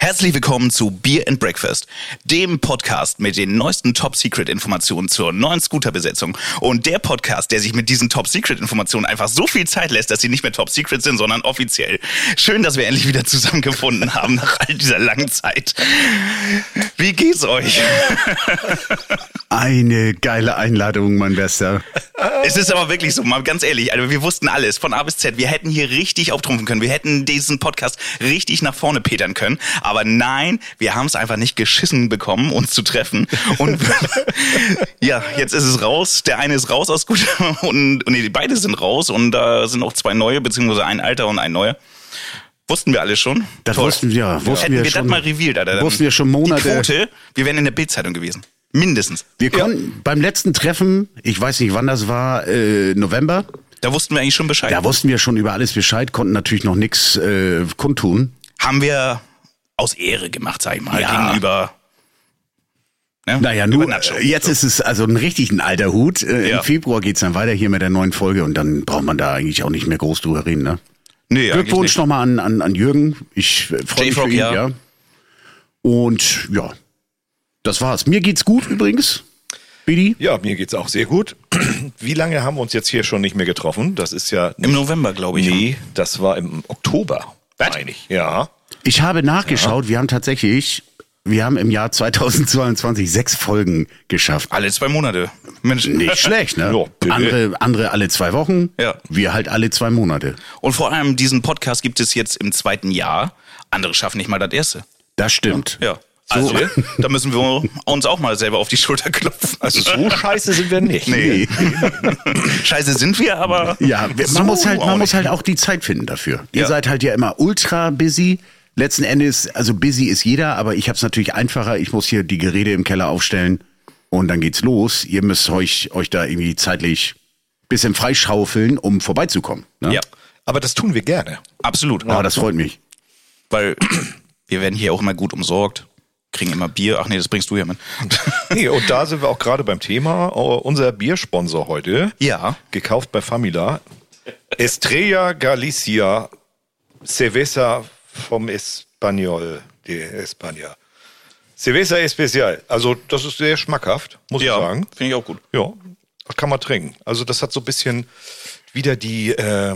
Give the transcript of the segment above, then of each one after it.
Herzlich willkommen zu Beer and Breakfast, dem Podcast mit den neuesten Top-Secret-Informationen zur neuen Scooter-Besetzung. Und der Podcast, der sich mit diesen Top-Secret-Informationen einfach so viel Zeit lässt, dass sie nicht mehr Top-Secret sind, sondern offiziell. Schön, dass wir endlich wieder zusammengefunden haben nach all dieser langen Zeit. Wie geht's euch? Eine geile Einladung, mein Bester. Es ist aber wirklich so, mal ganz ehrlich, also wir wussten alles, von A bis Z. Wir hätten hier richtig auftrumpfen können. Wir hätten diesen Podcast richtig nach vorne petern können. Aber nein, wir haben es einfach nicht geschissen bekommen, uns zu treffen. Und ja, jetzt ist es raus. Der eine ist raus aus Scooter und nee, beide sind raus. Und da sind auch zwei neue, beziehungsweise ein alter und ein neuer. Wussten wir alle schon? Das wussten wir Hätten wir schon, das mal revealed, Alter. Wussten wir schon Monate. Die Quote, wir wären in der Bild-Zeitung gewesen. Mindestens. Wir konnten beim letzten Treffen, ich weiß nicht wann das war, November. Da wussten wir eigentlich schon Bescheid. Da wussten wir schon über alles Bescheid, konnten natürlich noch nichts kundtun. Haben wir aus Ehre gemacht, sag ich mal, gegenüber. Ne? Naja, nur jetzt ist es also ein alter Hut. Im Februar geht's dann weiter hier mit der neuen Folge und dann braucht man da eigentlich auch nicht mehr groß drüber reden, ne? Nee, Glückwunsch nochmal an Jürgen. Ich freue mich für ihn, ja. Und ja, das war's. Mir geht's gut übrigens. Bidi? Ja, mir geht's auch sehr gut. Wie lange haben wir uns jetzt hier schon nicht mehr getroffen? Das ist ja... Im November, glaube ich. Nee, das war im Oktober. Eigentlich. Ja. Ich habe nachgeschaut, wir haben im Jahr 2022 6 Folgen geschafft. Alle 2 Monate. Mensch. Nicht schlecht, ne? Ja, andere alle 2 Wochen, Ja. wir halt alle 2 Monate. Und vor allem diesen Podcast gibt es jetzt im 2. Jahr. Andere schaffen nicht mal das erste. Das stimmt. Ja. Also, da müssen wir uns auch mal selber auf die Schulter klopfen. Also so scheiße sind wir nicht. Nee. Scheiße sind wir, aber... Ja, man muss halt auch die Zeit finden dafür. Ihr seid halt ja immer ultra busy. Letzten Endes, also busy ist jeder, aber ich habe es natürlich einfacher. Ich muss hier die Geräte im Keller aufstellen und dann geht's los. Ihr müsst euch da irgendwie zeitlich bisschen freischaufeln, um vorbeizukommen. Ne? Ja, Aber das tun wir gerne. absolut. Aber das freut mich. Weil wir werden hier auch immer gut umsorgt. Kriegen immer Bier. Ach nee, das bringst du ja mit. Nee, und da sind wir auch gerade beim Thema. Unser Biersponsor heute, Ja. gekauft bei Famila, Estrella Galicia Cerveza vom Español de España. Cerveza Especial. Also das ist sehr schmackhaft, muss ich sagen. Finde ich auch gut. Ja, das kann man trinken. Also das hat so ein bisschen wieder die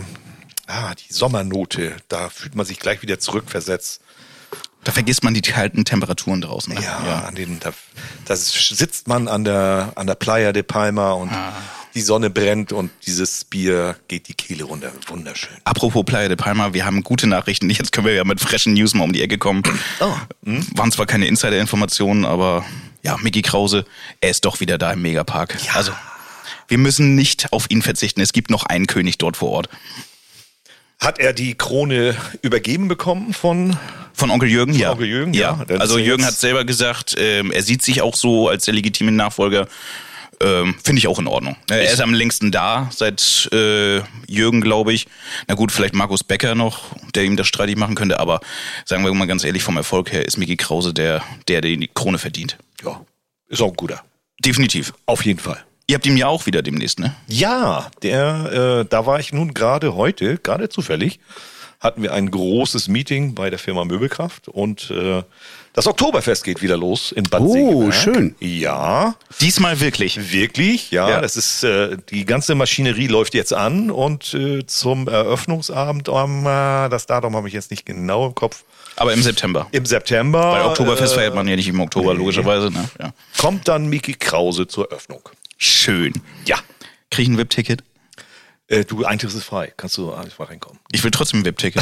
Sommernote. Da fühlt man sich gleich wieder zurückversetzt. Da vergisst man die kalten Temperaturen draußen. Ne? Ja. Da sitzt man an der Playa de Palma und die Sonne brennt und dieses Bier geht die Kehle runter. Wunderschön. Apropos Playa de Palma, wir haben gute Nachrichten. Jetzt können wir ja mit freshen News mal um die Ecke kommen. Waren zwar keine Insider-Informationen, aber ja, Micky Krause, er ist doch wieder da im Megapark. Ja. Also, wir müssen nicht auf ihn verzichten. Es gibt noch einen König dort vor Ort. Hat er die Krone übergeben bekommen von Onkel Jürgen? Ja. Onkel Jürgen, ja. Also Jürgen hat selber gesagt, er sieht sich auch so als der legitime Nachfolger. Finde ich auch in Ordnung. Er ist am längsten da, seit Jürgen, glaube ich. Na gut, vielleicht Markus Becker noch, der ihm das streitig machen könnte. Aber sagen wir mal ganz ehrlich, vom Erfolg her ist Micky Krause der die Krone verdient. Ja, ist auch ein guter. Definitiv. Auf jeden Fall. Ihr habt ihn ja auch wieder demnächst, ne? Ja, da war ich nun gerade zufällig, hatten wir ein großes Meeting bei der Firma Möbelkraft und das Oktoberfest geht wieder los in Bad Segeberg. Oh, schön. Ja. Diesmal wirklich. Wirklich, ja. Das ist, die ganze Maschinerie läuft jetzt an und zum Eröffnungsabend das Datum habe ich jetzt nicht genau im Kopf. Aber im September. Im September. Weil Oktoberfest feiert man ja nicht im Oktober, logischerweise. Ne? Ja. Kommt dann Micky Krause zur Öffnung. Schön. Ja. Krieg ich ein VIP-Ticket? Du, Eintritt ist frei. Kannst du einfach reinkommen. Ich will trotzdem ein VIP-Ticket.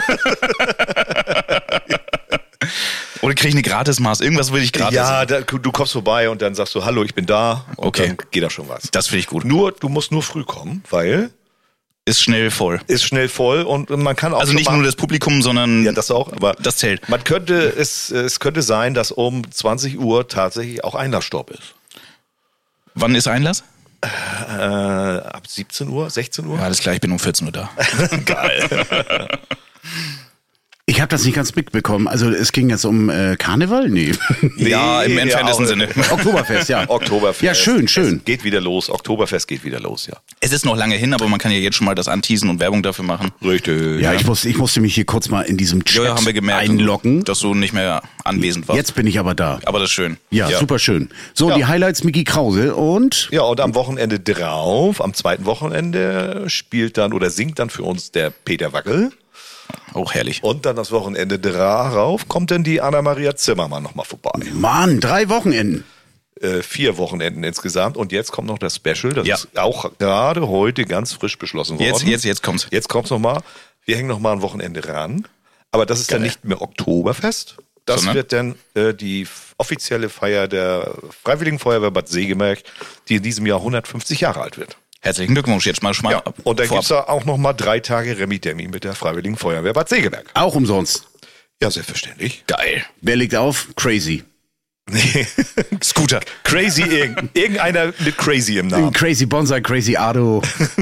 Oder krieg ich eine Gratismaß? Irgendwas will ich gratis. Ja, du kommst vorbei und dann sagst du, hallo, ich bin da. Und Okay. dann geht da schon was. Das finde ich gut. Du musst nur früh kommen, weil Ist schnell voll. ist schnell voll und man kann auch Also schon nicht mal, nur das Publikum, sondern ja, das auch, aber das Zelt. man könnte, es könnte sein, dass um 20 Uhr tatsächlich auch Einlassstopp ist. Wann ist Einlass? Ab 17 Uhr, 16 Uhr? Ja, alles klar, ich bin um 14 Uhr da. Geil. Ich habe das nicht ganz mitbekommen. Also es ging jetzt um Karneval? Nee. Ja, im entferntesten Sinne. Oktoberfest, ja. Oktoberfest. Ja, schön. Es geht wieder los. Oktoberfest geht wieder los, ja. Es ist noch lange hin, aber man kann ja jetzt schon mal das anteasen und Werbung dafür machen. Richtig. Ja, ich musste mich hier kurz mal in diesem Chat Ja, haben wir gemerkt, einloggen. dass du nicht mehr anwesend warst. Jetzt bin ich aber da. Aber das ist schön. Ja, super schön. So, Ja. die Highlights Micky Krause und... Ja, und am Wochenende drauf, am zweiten Wochenende, spielt dann oder singt dann für uns der Peter Wackel. Auch herrlich. Und dann das Wochenende darauf kommt dann die Anna-Maria Zimmermann nochmal vorbei. Mann, 3 Wochenenden. 4 Wochenenden insgesamt. Und jetzt kommt noch das Special. Das Ja. ist auch gerade heute ganz frisch beschlossen worden. Jetzt kommt's. Jetzt kommt's nochmal. Wir hängen nochmal ein Wochenende ran. Aber das ist dann nicht mehr Oktoberfest. Das Sondern? wird dann die offizielle Feier der Freiwilligen Feuerwehr Bad Segeberg, die in diesem Jahr 150 Jahre alt wird. Herzlichen Glückwunsch jetzt mal Ja. Und dann vorab. gibt's da auch nochmal 3 Tage Remi-Demi mit der Freiwilligen Feuerwehr Bad Segeberg. Auch umsonst. Ja, selbstverständlich. Geil. Wer legt auf? Crazy. Nee. Scooter. Crazy, irgendeiner mit Crazy im Namen. Crazy Bonsai, Crazy Ado,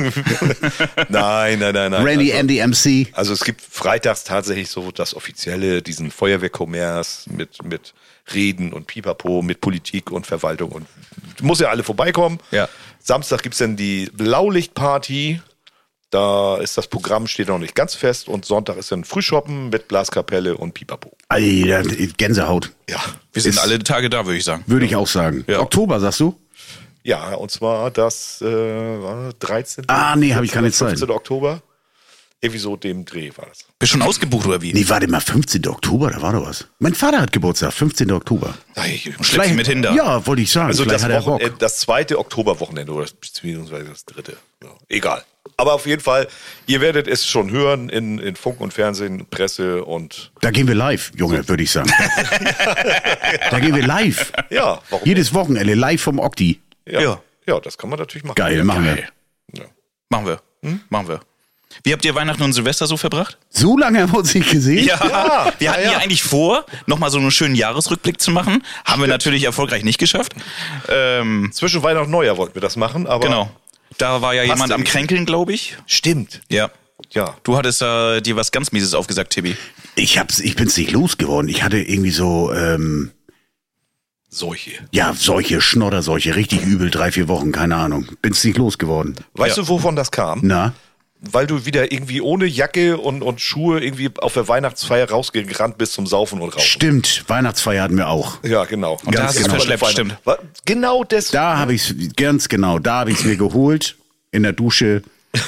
Nein. Randy, Andy MC. Also es gibt freitags tatsächlich so das offizielle, diesen Feuerwehrkommers mit Reden und Pipapo, mit Politik und Verwaltung und muss ja alle vorbeikommen. Ja. Samstag gibt's dann die Blaulichtparty. Da ist das Programm, steht noch nicht ganz fest. Und Sonntag ist dann Frühschoppen mit Blaskapelle und Pipapo. Alter, Gänsehaut. Ja. Wir sind Ist- alle Tage da, würde ich sagen. Würde ich auch sagen. Ja. Oktober, sagst du? Ja, und zwar das 13. Ah, nee, hab ich keine Zeit. 15. Oktober. Irgendwie so dem Dreh war das. Bist schon ausgebucht oder wie? Nee, warte mal, 15. Oktober, da war doch was. Mein Vater hat Geburtstag, 15. Oktober. Schleppst du mit hin da? Ja, wollte ich sagen. Also Vielleicht das, hat er Bock. das zweite Oktoberwochenende oder beziehungsweise das dritte. Ja, egal. Aber auf jeden Fall, ihr werdet es schon hören in Funk und Fernsehen, Presse und Da gehen wir live, Junge, würde ich sagen. Da gehen wir live. ja, warum? Jedes Wochenende live vom Okti. Ja. Ja, das kann man natürlich machen. Geil, machen wir. Ja. Machen wir. Machen wir. Wie habt ihr Weihnachten und Silvester so verbracht? So lange haben wir uns nicht gesehen? Ja, wir hatten ja eigentlich vor, nochmal so einen schönen Jahresrückblick zu machen. Haben wir natürlich erfolgreich nicht geschafft. Zwischen Weihnachten und Neujahr wollten wir das machen, aber Genau. Da war ja Passt jemand am irgendwie. Kränkeln, glaube ich. stimmt. Ja. Ja. Du hattest dir was ganz Mieses aufgesagt, Tibi. Ich bin's nicht losgeworden. Ich hatte irgendwie so, Solche. solche Schnodderseuche, richtig übel, 3-4 Wochen, keine Ahnung. Bin's nicht losgeworden. Weißt du, wovon das kam? Na? Weil du wieder irgendwie ohne Jacke und Schuhe irgendwie auf der Weihnachtsfeier rausgerannt bist zum Saufen und Rauchen. Stimmt, Weihnachtsfeier hatten wir auch. Ja, genau. Und da hast du es verschleppt, stimmt. Genau das. Da habe ich's, ganz genau, da habe ich's mir geholt, in der Dusche,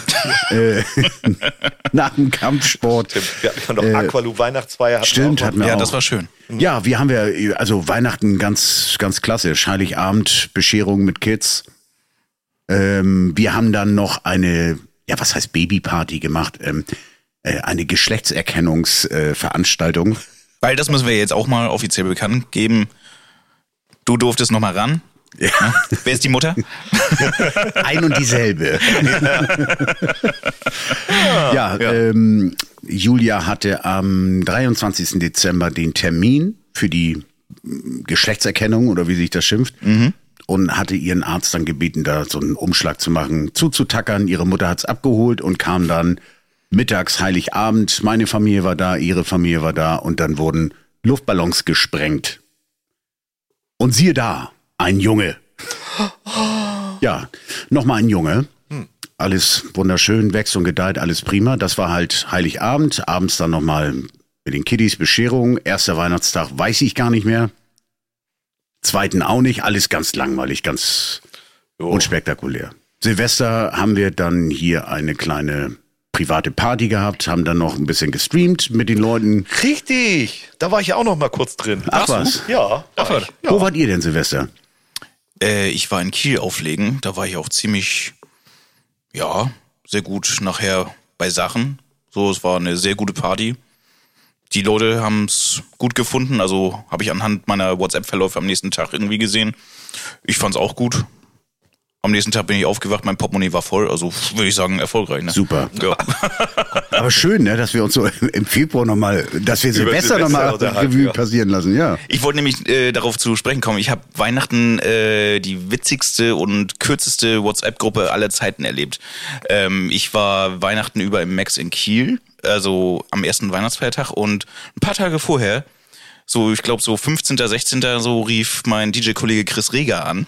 nach dem Kampfsport. Wir hatten ja noch Aqualu Weihnachtsfeier. hatten Stimmt, wir auch hatten noch. wir Ja, auch. das war schön. Ja, also Weihnachten ganz, ganz klassisch. Heiligabend, Bescherung mit Kids. Wir haben dann noch eine, was heißt Babyparty gemacht? Eine Geschlechtserkennungsveranstaltung. Weil das müssen wir jetzt auch mal offiziell bekannt geben. Du durftest noch mal ran. Ja. Wer ist die Mutter? Ein und dieselbe. Julia hatte am 23. Dezember den Termin für die Geschlechtserkennung oder wie sich das schimpft. Und hatte ihren Arzt dann gebeten, da so einen Umschlag zu machen, zuzutackern. Ihre Mutter hat's abgeholt und kam dann mittags, Heiligabend. Meine Familie war da, ihre Familie war da und dann wurden Luftballons gesprengt. Und siehe da, ein Junge. Ja, nochmal ein Junge. Alles wunderschön, wächst und gedeiht, alles prima. Das war halt Heiligabend. Abends dann nochmal mit den Kiddies Bescherung. Erster Weihnachtstag weiß ich gar nicht mehr. Zweiten auch nicht. Alles ganz langweilig, ganz unspektakulär. Silvester haben wir dann hier eine kleine private Party gehabt, haben dann noch ein bisschen gestreamt mit den Leuten. Richtig. Da war ich ja auch noch mal kurz drin. Ach was? Ja. Ja. Wo wart ihr denn Silvester? Ich war in Kiel auflegen. Da war ich auch ziemlich, sehr gut nachher bei Sachen. So, es war eine sehr gute Party. Die Leute haben es gut gefunden. Also habe ich anhand meiner WhatsApp-Verläufe am nächsten Tag irgendwie gesehen. Ich fand es auch gut. Am nächsten Tag bin ich aufgewacht, mein Portemonnaie war voll. Also würde ich sagen, erfolgreich. Ne? Super. Ja. Aber schön, ne, dass wir uns so im Februar nochmal, dass wir Silvester nochmal unterhalten, Revue ja. passieren lassen, ja. Ich wollte nämlich darauf zu sprechen kommen. Ich habe Weihnachten die witzigste und kürzeste WhatsApp-Gruppe aller Zeiten erlebt. Ich war Weihnachten über im Max in Kiel. also am ersten Weihnachtsfeiertag und ein paar Tage vorher, so ich glaube so 15., 16. so rief mein DJ-Kollege Chris Reger an.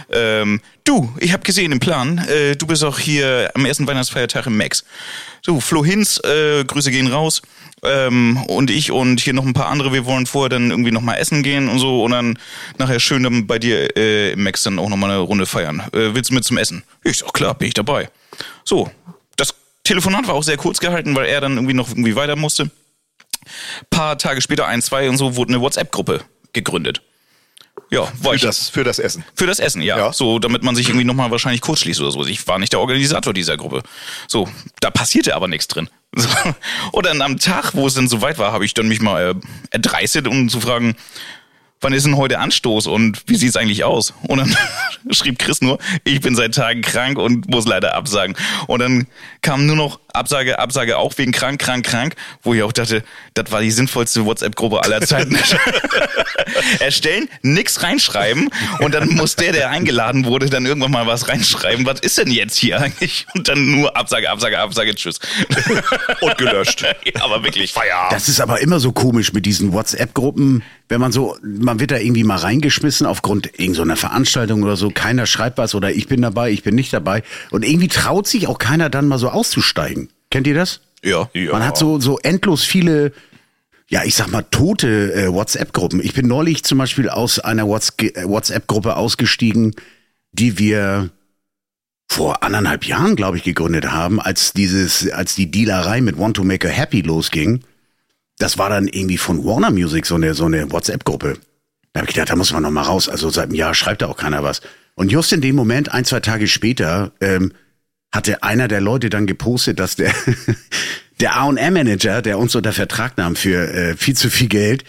Du, ich habe gesehen im Plan, du bist auch hier am ersten Weihnachtsfeiertag im Max. So, Flo Hinz, Grüße gehen raus. Und ich und hier noch ein paar andere, wir wollen vorher dann irgendwie nochmal essen gehen und so und dann nachher schön dann bei dir im Max dann auch nochmal eine Runde feiern. Willst du mit zum Essen? Ich sag, klar, bin ich dabei. So, das Telefonat war auch sehr kurz gehalten, weil er dann irgendwie noch weiter musste. Paar Tage später, 1, 2 und so, wurde eine WhatsApp-Gruppe gegründet. Ja, für das Essen. Für das Essen, ja. So, damit man sich irgendwie nochmal wahrscheinlich kurz schließt oder so. Ich war nicht der Organisator dieser Gruppe. So, da passierte aber nichts drin. So. Und dann am Tag, wo es dann soweit war, habe ich dann mich mal erdreistet, um zu fragen, wann ist denn heute Anstoß und wie sieht's eigentlich aus? Und dann schrieb Chris nur, ich bin seit Tagen krank und muss leider absagen. Und dann kam nur noch Absage, auch wegen krank, wo ich auch dachte, das war die sinnvollste WhatsApp-Gruppe aller Zeiten. Erstellen, nix reinschreiben und dann muss der eingeladen wurde, dann irgendwann mal was reinschreiben. Was ist denn jetzt hier eigentlich? Und dann nur Absage, tschüss. Und gelöscht. Ja, aber wirklich Feierabend. Das ist aber immer so komisch mit diesen WhatsApp-Gruppen, wenn man wird da irgendwie mal reingeschmissen aufgrund irgendeiner Veranstaltung oder so, keiner schreibt was oder ich bin dabei, ich bin nicht dabei und irgendwie traut sich auch keiner dann mal so auszusteigen. Kennt ihr das? Ja. Man hat so endlos viele, ja, ich sag mal, tote WhatsApp-Gruppen. Ich bin neulich zum Beispiel aus einer WhatsApp-Gruppe ausgestiegen, die wir vor 1,5 Jahren, glaube ich, gegründet haben, als die Dealerei mit Want to Make Her Happy losging. Das war dann irgendwie von Warner Music so eine WhatsApp-Gruppe. Da habe ich gedacht, da muss man noch mal raus. Also seit einem Jahr schreibt da auch keiner was. Und just in dem Moment, 1, 2 Tage später, hatte einer der Leute dann gepostet, dass der A&R-Manager, der uns unter Vertrag nahm für viel zu viel Geld,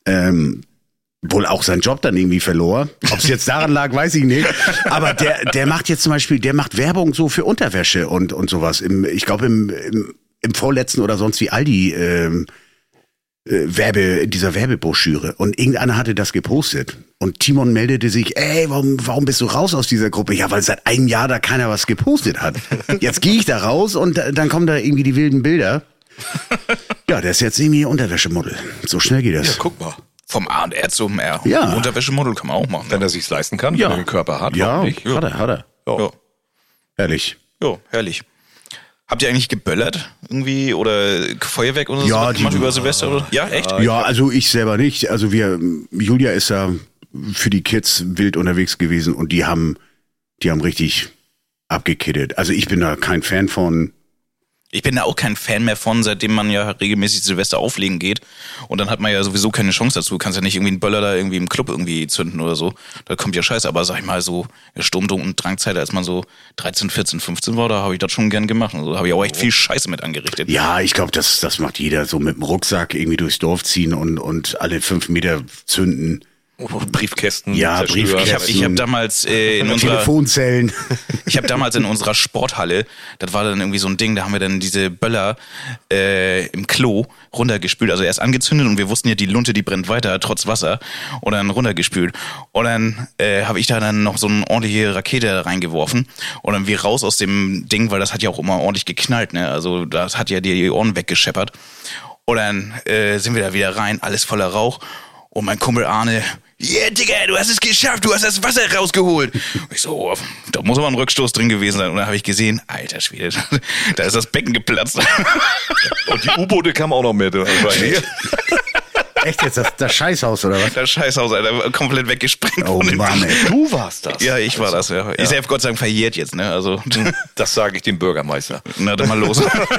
wohl auch seinen Job dann irgendwie verlor. Ob es jetzt daran lag, weiß ich nicht. Aber der macht jetzt zum Beispiel, der macht Werbung so für Unterwäsche und sowas. Ich glaube im vorletzten oder sonst wie Aldi dieser Werbebroschüre. Und irgendeiner hatte das gepostet. Und Timon meldete sich, warum bist du raus aus dieser Gruppe? Ja, weil seit einem Jahr da keiner was gepostet hat. Jetzt gehe ich da raus und dann kommen da irgendwie die wilden Bilder. Ja, der ist jetzt irgendwie Unterwäschemodel. So schnell geht das. Ja, guck mal. Vom A&R zum R. Ja. Unterwäschemodel kann man auch machen. Wenn er sich's leisten kann, Ja. wenn er den Körper hat. Ja, warum nicht? hat er. Ja. Herrlich. Ja, herrlich. Habt ihr eigentlich geböllert irgendwie oder Feuerwerk oder so Ja, gemacht über Silvester? Oder? Ja, echt? Ja, also ich selber nicht. Also Julia ist da für die Kids wild unterwegs gewesen und die haben richtig abgekittet. Also ich bin da kein Fan von. Ich bin da auch kein Fan mehr von, seitdem man ja regelmäßig Silvester auflegen geht. Und dann hat man ja sowieso keine Chance dazu. Du kannst ja nicht irgendwie einen Böller da irgendwie im Club irgendwie zünden oder so. Da kommt ja Scheiße. Aber sag ich mal so, Sturm- und Drangzeit, als man so 13, 14, 15 war, da habe ich das schon gern gemacht. Also habe ich auch echt viel Scheiße mit angerichtet. Ja, ich glaube, das macht jeder so mit dem Rucksack irgendwie durchs Dorf ziehen und alle 5 Meter zünden. Briefkästen. Ja, zerstören. Briefkästen. Ich hab damals in unserer Telefonzellen. Ich habe damals in unserer Sporthalle, das war dann irgendwie so ein Ding, da haben wir dann diese Böller im Klo runtergespült, also erst angezündet und wir wussten ja, die Lunte, die brennt weiter, trotz Wasser, und dann runtergespült. Und dann habe ich da dann noch so eine ordentliche Rakete reingeworfen und dann wir raus aus dem Ding, weil das hat ja auch immer ordentlich geknallt, ne? Also das hat ja die Ohren weggescheppert. Und dann sind wir da wieder rein, alles voller Rauch und mein Kumpel Arne: Yeah, Digga, du hast es geschafft, du hast das Wasser rausgeholt. Und ich so, da muss aber ein Rückstoß drin gewesen sein. Und dann habe ich gesehen, alter Schwede, da ist das Becken geplatzt. Und die U-Boote kamen auch noch mit. Echt jetzt, das Scheißhaus oder was? Das Scheißhaus, Alter, komplett weggesprengt. Oh Mann, ey. Du warst das. Ja, ich war das, ja. Ist ja Gott sei Dank verjährt jetzt, ne? Also, Das sage ich dem Bürgermeister. na, dann mal los.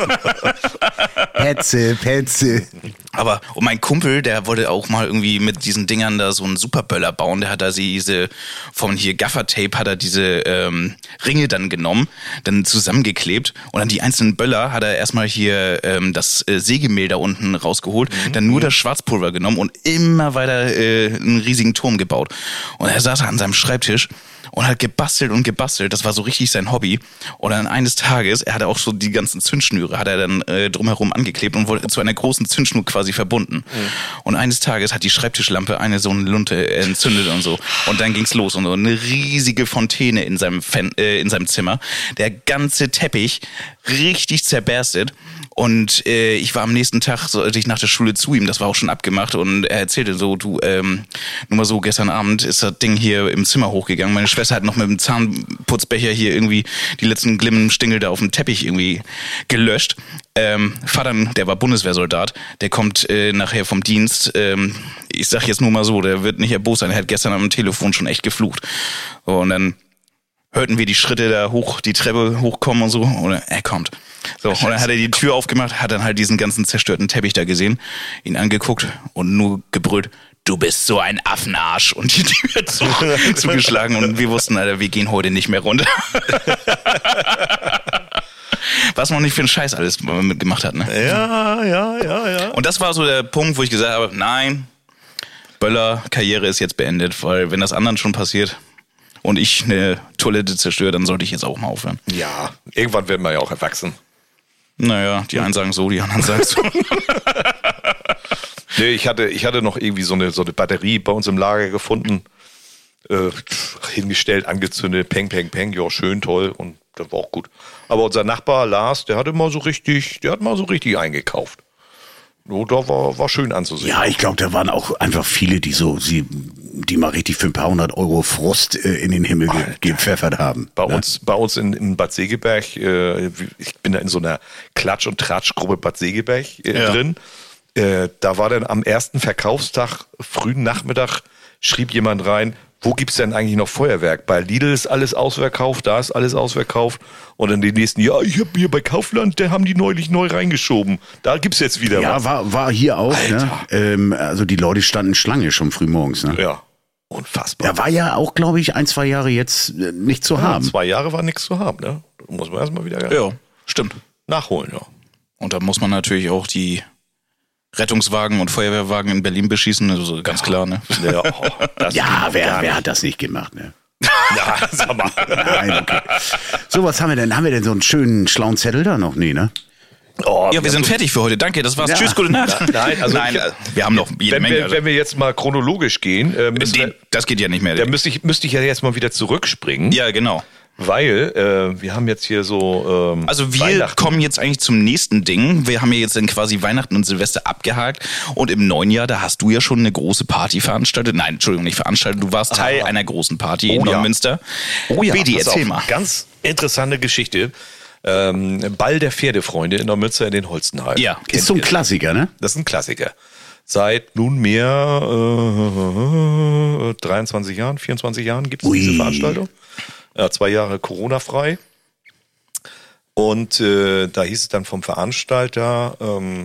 Petze. Aber und mein Kumpel, der wollte auch mal irgendwie mit diesen Dingern da so einen Superböller bauen. Der hat da diese von hier Gaffertape, hat er diese Ringe dann genommen, dann zusammengeklebt und dann die einzelnen Böller hat er erstmal hier das Sägemehl da unten rausgeholt, dann nur das Schwarzpulver genommen und immer weiter einen riesigen Turm gebaut. Und er saß an seinem Schreibtisch und hat gebastelt und gebastelt. Das war so richtig sein Hobby. Und dann eines Tages, er hatte auch so die ganzen Zündschnüre, hat er dann drumherum angeklebt und wurde zu einer großen Zündschnur quasi verbunden. Und eines Tages hat die Schreibtischlampe eine so eine Lunte entzündet und so. Und dann ging's los und so eine riesige Fontäne in seinem Zimmer. Der ganze Teppich richtig zerberstet. Und ich war am nächsten Tag, sollte ich nach der Schule zu ihm, das war auch schon abgemacht, und er erzählte so, du, nur mal so, gestern Abend ist das Ding hier im Zimmer hochgegangen. Meine Schwester hat noch mit dem Zahnputzbecher hier irgendwie die letzten Glimmenstingel da auf dem Teppich irgendwie gelöscht. Vater, der war Bundeswehrsoldat, der kommt nachher vom Dienst, ich sag jetzt nur mal so, der wird nicht erbost sein, er hat gestern am Telefon schon echt geflucht. So, und dann hörten wir die Schritte da hoch, die Treppe hochkommen und so, und er kommt. So, und dann hat er die Tür aufgemacht, hat dann halt diesen ganzen zerstörten Teppich da gesehen, ihn angeguckt und nur gebrüllt, du bist so ein Affenarsch, und die Tür zugeschlagen, und wir wussten, Alter, wir gehen heute nicht mehr runter. Was man nicht für einen Scheiß alles mitgemacht hat, ne? Ja. Und das war so der Punkt, wo ich gesagt habe, nein, Böller, Karriere ist jetzt beendet, weil wenn das anderen schon passiert und ich eine Toilette zerstöre, dann sollte ich jetzt auch mal aufhören. Ja, irgendwann werden wir ja auch erwachsen. Naja, die einen sagen so, die anderen sagen so. Nee, ich hatte noch irgendwie so eine Batterie bei uns im Lager gefunden, hingestellt, angezündet, peng, peng, peng, ja, schön, toll, und das war auch gut. Aber unser Nachbar Lars, der hat mal so richtig eingekauft. No, da war schön anzusehen. Ja, ich glaube, da waren auch einfach viele, die mal richtig für ein paar 100 Euro Frust in den Himmel gepfeffert haben. Bei uns in Bad Segeberg, ich bin da in so einer Klatsch- und Tratsch-Gruppe Bad Segeberg drin. Da war dann am ersten Verkaufstag, frühen Nachmittag, schrieb jemand rein, wo gibt's denn eigentlich noch Feuerwerk? Bei Lidl ist alles ausverkauft, da ist alles ausverkauft. Und dann den nächsten, ja, ich habe hier bei Kaufland, da haben die neulich neu reingeschoben. Da gibt's jetzt wieder was. Ja, war hier auch. Ne? Also die Leute standen Schlange schon früh morgens. Ne? Ja, unfassbar. Da war ja auch, glaube ich, 1, 2 Jahre jetzt nicht zu haben. 2 Jahre war nichts zu haben, ne? Muss man erstmal wieder Ja, stimmt. nachholen, ja. Und da muss man natürlich auch die Rettungswagen und Feuerwehrwagen in Berlin beschießen, also ganz klar, ne? Ja, wer hat das nicht gemacht, ne? Ja, sag mal. Nein, okay. So, was haben wir denn? Haben wir denn so einen schönen schlauen Zettel da noch? Nee, ne? Oh, Ja, wir sind fertig für heute. Danke, das war's. Ja. Tschüss, gute Nacht. Nein, also wir haben noch jede Menge. Wenn wir jetzt mal chronologisch gehen, Das geht ja nicht mehr. dann müsste ich ja jetzt mal wieder zurückspringen. Ja, genau. Weil wir haben jetzt hier so Also wir kommen jetzt eigentlich zum nächsten Ding. Wir haben ja jetzt dann quasi Weihnachten und Silvester abgehakt. Und im neuen Jahr, da hast du ja schon eine große Party veranstaltet. Nein, Entschuldigung, nicht veranstaltet. Du warst Teil einer großen Party in Neumünster. Oh ja, Bedi, pass erzähl auf, mal. Ganz interessante Geschichte. Ball der Pferdefreunde in Neumünster in den Holstenhallen. Ja, Ist so ein Klassiker, ne? Das ist ein Klassiker. Seit nunmehr 23 Jahren, 24 Jahren gibt es diese Veranstaltung. 2 Jahre Corona-frei. Und da hieß es dann vom Veranstalter,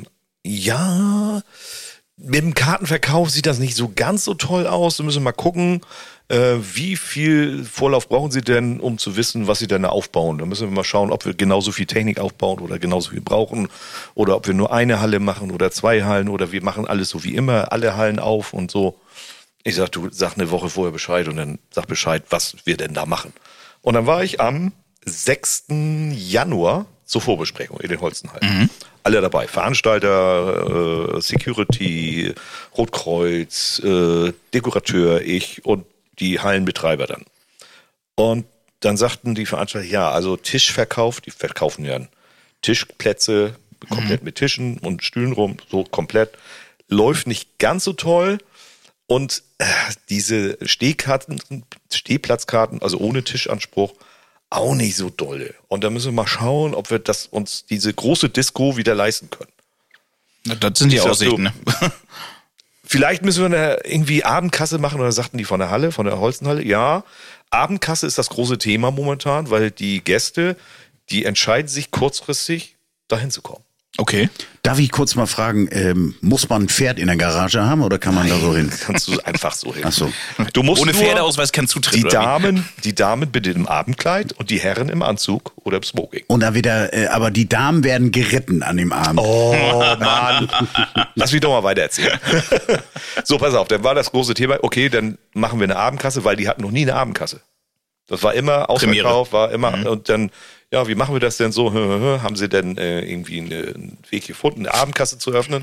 ja, mit dem Kartenverkauf sieht das nicht so ganz so toll aus. Wir müssen mal gucken, wie viel Vorlauf brauchen Sie denn, um zu wissen, was Sie denn da aufbauen. Da müssen wir mal schauen, ob wir genauso viel Technik aufbauen oder genauso viel brauchen oder ob wir nur eine Halle machen oder 2 Hallen oder wir machen alles so wie immer, alle Hallen auf und so. Ich sag, du sag eine Woche vorher Bescheid und dann sag Bescheid, was wir denn da machen. Und dann war ich am 6. Januar zur Vorbesprechung in den Holstenhallen. Alle dabei. Veranstalter, Security, Rotkreuz, Dekorateur, ich und die Hallenbetreiber dann. Und dann sagten die Veranstalter, ja, also Tischverkauf, die verkaufen ja Tischplätze, komplett mit Tischen und Stühlen rum, so komplett. Läuft nicht ganz so toll. Und diese Stehplatzkarten, also ohne Tischanspruch, auch nicht so dolle. Und da müssen wir mal schauen, ob wir uns diese große Disco wieder leisten können. Das sind die Aussichten, ne? Vielleicht müssen wir eine irgendwie Abendkasse machen, oder sagten die von der Halle, von der Holstenhalle. Ja, Abendkasse ist das große Thema momentan, weil die Gäste, die entscheiden sich kurzfristig, dahin zu kommen. Okay. Darf ich kurz mal fragen, muss man ein Pferd in der Garage haben oder kann man da so hin? Kannst du einfach so hin. Ach so. Du musst Ohne nur Pferdeausweis kein Zutritt. die oder wie? Damen bitte im Abendkleid und die Herren im Anzug oder im Smoking. Und da wieder, aber die Damen werden geritten an dem Abend. Oh Mann. Lass mich doch mal weiter erzählen. So, pass auf, dann war das große Thema, okay, dann machen wir eine Abendkasse, weil die hatten noch nie eine Abendkasse. Das war immer Ausverkauf, war immer, und dann, ja, wie machen wir das denn so? Haben sie denn irgendwie einen Weg gefunden, eine Abendkasse zu öffnen?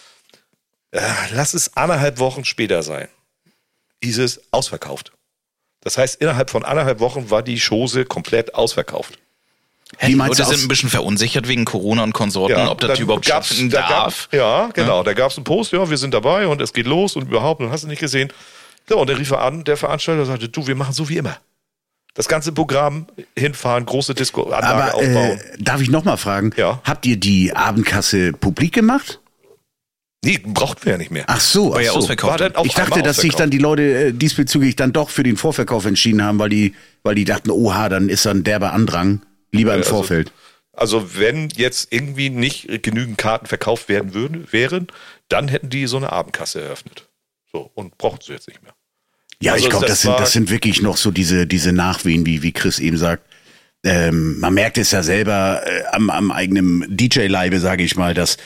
Lass es 1,5 Wochen später sein. Hieß es ausverkauft. Das heißt, innerhalb von 1,5 Wochen war die Chose komplett ausverkauft. Wie meinst Leute du sind ein bisschen verunsichert wegen Corona und Konsorten, ob das überhaupt stattfinden darf. Da gab es einen Post, ja, wir sind dabei und es geht los und überhaupt, und hast du nicht gesehen. So, und der rief an, der Veranstalter sagte, du, wir machen so wie immer. Das ganze Programm, hinfahren, große Disco-Anlage aufbauen. Darf ich nochmal fragen, habt ihr die Abendkasse publik gemacht? Nee, brauchten wir ja nicht mehr. Ach so, war ja ausverkauft. Ich dachte, dass sich dann die Leute diesbezüglich dann doch für den Vorverkauf entschieden haben, weil die dachten, oha, dann ist da ein derber Andrang, lieber im Vorfeld. Also wenn jetzt irgendwie nicht genügend Karten verkauft wären, dann hätten die so eine Abendkasse eröffnet. So, und brauchten sie jetzt nicht mehr. Ja, also ich glaube, das sind wirklich noch so diese Nachwehen, wie Chris eben sagt. Man merkt es ja selber am eigenen DJ-Leibe, sage ich mal, dass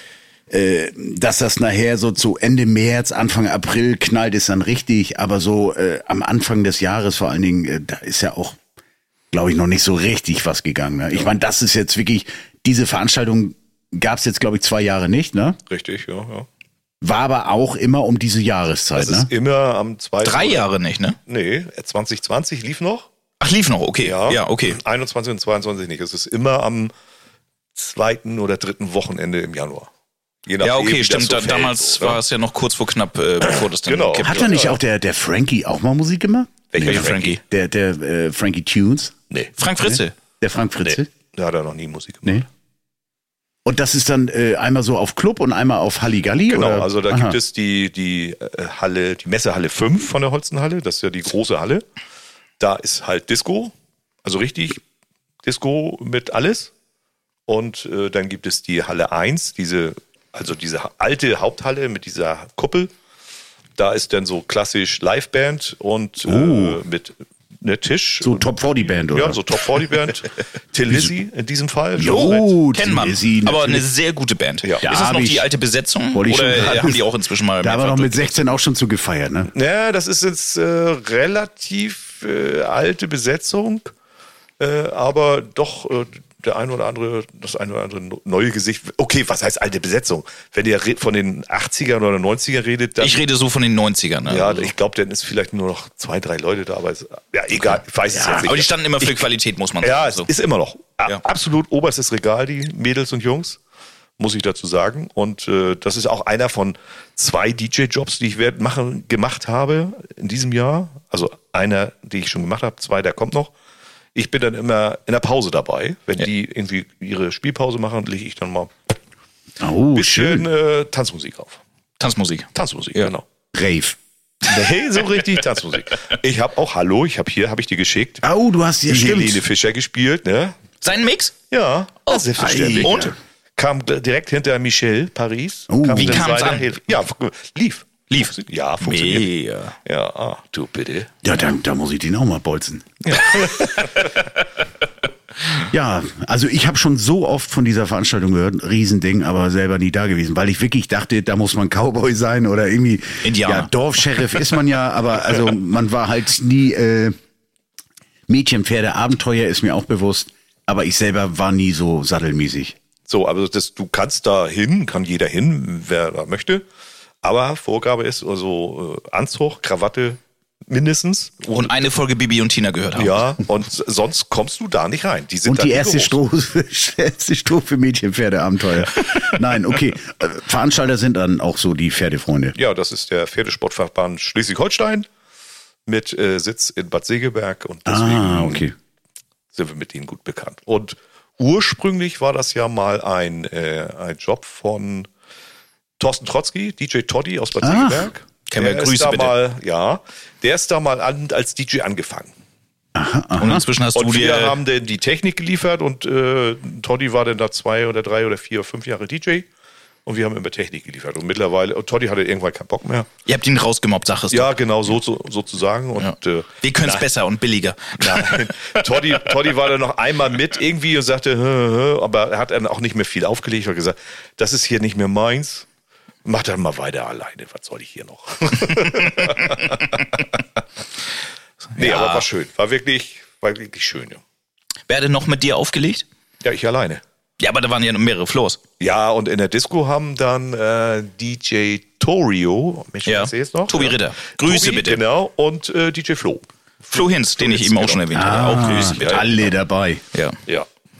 das nachher so zu Ende März, Anfang April knallt es dann richtig, aber so am Anfang des Jahres vor allen Dingen, da ist ja auch, glaube ich, noch nicht so richtig was gegangen. Ne? Ich meine, das ist jetzt wirklich, diese Veranstaltung gab es jetzt, glaube ich, 2 Jahre nicht, ne? Richtig, ja. War aber auch immer um diese Jahreszeit, das ist immer am 2. 3 Jahre nicht, ne? Nee, 2020 lief noch. Ach, lief noch, okay. Ja, okay. 21 und 22 nicht. Es ist immer am 2. oder 3. Wochenende im Januar. Je nachdem, ja, okay, stimmt. So damals war es ja noch kurz vor knapp, bevor das dann kippte. Hat da nicht auch der Frankie auch mal Musik gemacht? Welcher Frankie? Der Frankie Tunes? Nee. Frank Fritze. Nee? Der Frank Fritze? Nee. Da hat er noch nie Musik gemacht. Nee. Und das ist dann einmal so auf Club und einmal auf Halligalli? Genau, oder? also da gibt es die Halle, die Messehalle 5 von der Holstenhalle, das ist ja die große Halle. Da ist halt Disco, also richtig Disco mit alles. Und dann gibt es die Halle 1, diese alte Haupthalle mit dieser Kuppel. Da ist dann so klassisch Liveband und mit Tisch. So Top 40 Band, oder? Ja, so Top 40 Band. Till Lizzy in diesem Fall. Kennt man. Aber eine sehr gute Band. Ja. Ist das noch die alte Besetzung? Oder haben die auch inzwischen mal... Da war doch mit 16 auch schon zu gefeiert, ne? Ja, das ist jetzt relativ alte Besetzung. Aber doch... das ein oder andere neue Gesicht. Okay, was heißt alte Besetzung? Wenn ihr von den 80ern oder 90ern redet, dann... Ich rede so von den 90ern. Ne? Ja, ich glaube, dann ist vielleicht nur noch 2, 3 Leute da, aber egal, ich weiß es jetzt nicht. Aber die standen immer für Qualität, muss man sagen. Ja, es ist immer noch. Absolut oberstes Regal, die Mädels und Jungs, muss ich dazu sagen. Und das ist auch einer von 2 DJ-Jobs, die ich gemacht habe in diesem Jahr. Also einer, die ich schon gemacht habe, 2, der kommt noch. Ich bin dann immer in der Pause dabei. Wenn die irgendwie ihre Spielpause machen, lege ich dann mal ein bisschen Tanzmusik auf. Tanzmusik, genau. Rave. Nee, so richtig Tanzmusik. Ich habe auch, habe ich dir geschickt. Oh, du hast hier Helene Fischer gespielt, ne? Sein Mix? Ja, selbstverständlich. Und? Kam direkt hinter Michel, Paris. Wie kam es an? Ja, lief. Ja, funktioniert. Ja, du bitte. Ja, da muss ich den auch mal bolzen. Ja, also ich habe schon so oft von dieser Veranstaltung gehört, Riesending, aber selber nie da gewesen, weil ich wirklich dachte, da muss man Cowboy sein oder irgendwie Indianer. Ja, Dorfsheriff ist man ja, aber also man war halt nie Mädchen, Pferde, Abenteuer ist mir auch bewusst, aber ich selber war nie so sattelmäßig. So, aber du kannst da hin, kann jeder hin, wer da möchte. Aber Vorgabe ist also Anzug, Krawatte mindestens. Und eine Folge Bibi und Tina gehört haben. Ja, und sonst kommst du da nicht rein. Die sind und die erste Strophe Mädchen, Pferde, Abenteuer. Nein, okay. Veranstalter sind dann auch so die Pferdefreunde. Ja, das ist der Pferdesportverband Schleswig-Holstein mit Sitz in Bad Segeberg. Und deswegen sind wir mit ihnen gut bekannt. Und ursprünglich war das ja mal ein Job von Thorsten Trotzki, DJ Toddy aus Bad Segeberg. Kennen wir, Grüße bitte. Der ist da mal als DJ angefangen. Aha. Und inzwischen hast du wir haben dann die Technik geliefert und Toddy war dann da 2 oder 3 oder 4 oder 5 Jahre DJ und wir haben immer Technik geliefert. Und mittlerweile, Toddy hatte irgendwann keinen Bock mehr. Ihr habt ihn rausgemobbt, sag es doch. Ja, genau, sozusagen. Und, wir können es besser und billiger. Nein, Toddy war dann noch einmal mit irgendwie und sagte, aber er hat dann auch nicht mehr viel aufgelegt und gesagt, das ist hier nicht mehr meins. Mach dann mal weiter alleine, was soll ich hier noch? Nee, aber war schön. War wirklich schön, ja. Wer hat denn noch mit dir aufgelegt? Ja, ich alleine. Ja, aber da waren ja noch mehrere Floors. Ja, und in der Disco haben dann DJ Torio, jetzt noch? Tobi Ritter. Grüße bitte. Genau, und DJ Flo. Flo Hinz, den ich eben auch schon erwähnt hatte. Auch Grüße bitte. Alle dabei. Ja.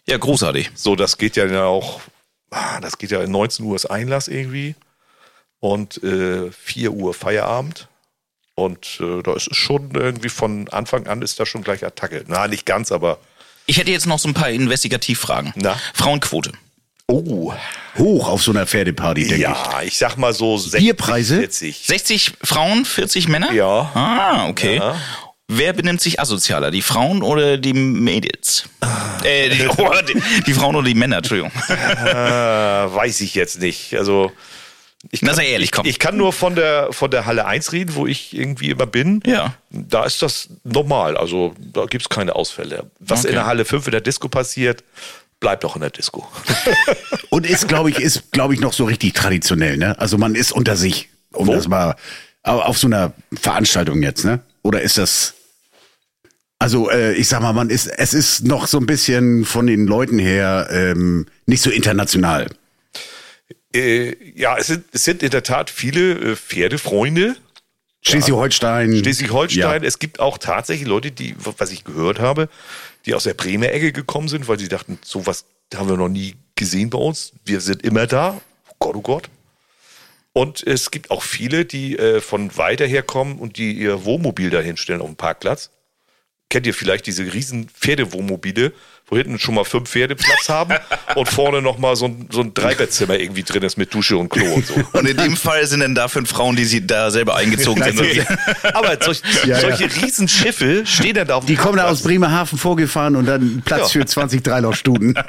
Ja, großartig. So, das geht ja auch, das geht ja 19 Uhr ist Einlass irgendwie und 4 Uhr Feierabend. Und da ist es schon irgendwie von Anfang an ist da schon gleich Attacke. Na, nicht ganz, aber... Ich hätte jetzt noch so ein paar Investigativfragen. Na? Frauenquote. Oh. Hoch auf so einer Pferdeparty, denke ich. Ja, ich sag mal so 60, Bierpreise? 40. 60 Frauen, 40 Männer? Ja. Ah, okay. Ja. Wer benimmt sich asozialer, die Frauen oder die Mädels? Die Frauen oder die Männer, Entschuldigung. Weiß ich jetzt nicht. Also Na, sei ehrlich, komm. Ich kann nur von der Halle 1 reden, wo ich irgendwie immer bin. Ja. Da ist das normal. Also da gibt es keine Ausfälle. Was Okay. in der Halle 5 in der Disco passiert, bleibt auch in der Disco. Und ist, glaube ich, noch so richtig traditionell, ne? Also man ist unter sich, um Wo? das mal auf so einer Veranstaltung jetzt, ne? Oder ist das... Also ich sag mal, es ist noch so ein bisschen von den Leuten her nicht so international. Ja, es sind in der Tat viele Pferdefreunde. Schleswig-Holstein. Schleswig-Holstein. Ja. Es gibt auch tatsächlich Leute, die, was ich gehört habe, die aus der Bremer Ecke gekommen sind, weil sie dachten, sowas haben wir noch nie gesehen bei uns. Wir sind immer da. Oh Gott, oh Gott. Und es gibt auch viele, die von weiter her kommen und die ihr Wohnmobil da hinstellen auf dem Parkplatz. Kennt ihr vielleicht diese riesen Pferdewohnmobile, wo hinten schon mal 5 Pferde Platz haben und vorne nochmal so ein Dreibettzimmer irgendwie drin ist mit Dusche und Klo und so. Und in dem Fall sind dann da 5 Frauen, die sie da selber eingezogen sind. Aber solche Riesenschiffe stehen dann da auf dem Die kommen da Parkplatz. aus Bremerhaven vorgefahren und dann Platz für 20 Dreilaufstuten.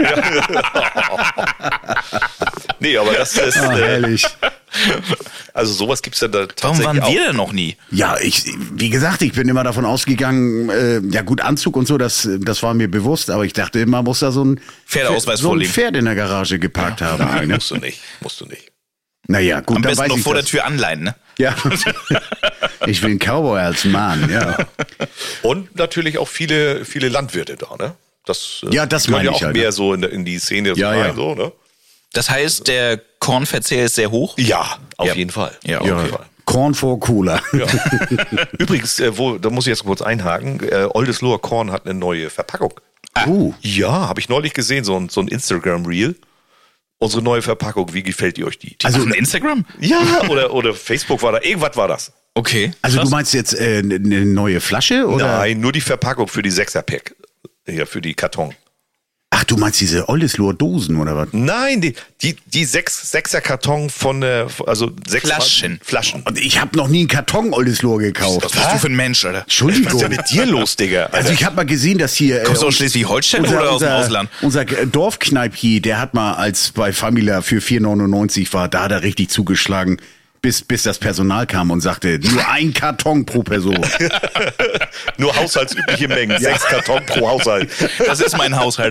Nee, aber das ist... Herrlich. Also sowas gibt's dann da Warum tatsächlich waren auch. wir denn noch nie? Ja, wie gesagt, ich bin immer davon ausgegangen, ja gut, Anzug und so, das war mir bewusst, aber ich dachte, man muss da so ein Pferdeausweis so ein vorlegen. Pferd in der Garage geparkt haben. Nein, Ne? musst du nicht. Naja, gut, Am dann besten weiß noch ich vor das. der Tür anleihen, ne? Ja. Ich will ein Cowboy als Mann, ja. Und natürlich auch viele Landwirte da, ne? Das, Ja, das gehört meine ja ich auch halt, mehr ne? so in die Szene Ja, rein, ja. so, ne? Das heißt, der Kornverzehr ist sehr hoch? Ja, auf Ja. jeden Fall. Ja, auf okay. jeden Fall. Korn vor Cola. Übrigens, da muss ich jetzt kurz einhaken, Oldesloher Korn hat eine neue Verpackung. Ja, habe ich neulich gesehen, so ein Instagram-Reel. Unsere neue Verpackung, wie gefällt ihr euch die? Also ein Instagram? Ja, oder Facebook war da, irgendwas war das. Okay. Also krass. du meinst jetzt eine neue Flasche? Oder? Nein, nur die Verpackung für die 6er-Pack. Ja, für die Karton. Ach, du meinst diese Oldesloher Dosen oder was? Nein, die 6er-Karton also 6 Flaschen. Und ich habe noch nie einen Karton Oldesloher gekauft. Was bist du für ein Mensch, Alter? Was ist denn Entschuldigung. mit dir los, Digga? Also ich habe mal gesehen, dass hier Kommst du aus Schleswig-Holstein oder aus dem Ausland? Unser Dorfkneipier, der hat mal, als bei Famila für 4,99 war, da hat er richtig zugeschlagen, bis das Personal kam und sagte, nur ein Karton pro Person. Nur haushaltsübliche Mengen, 6 Karton pro Haushalt. Das ist mein Haushalt.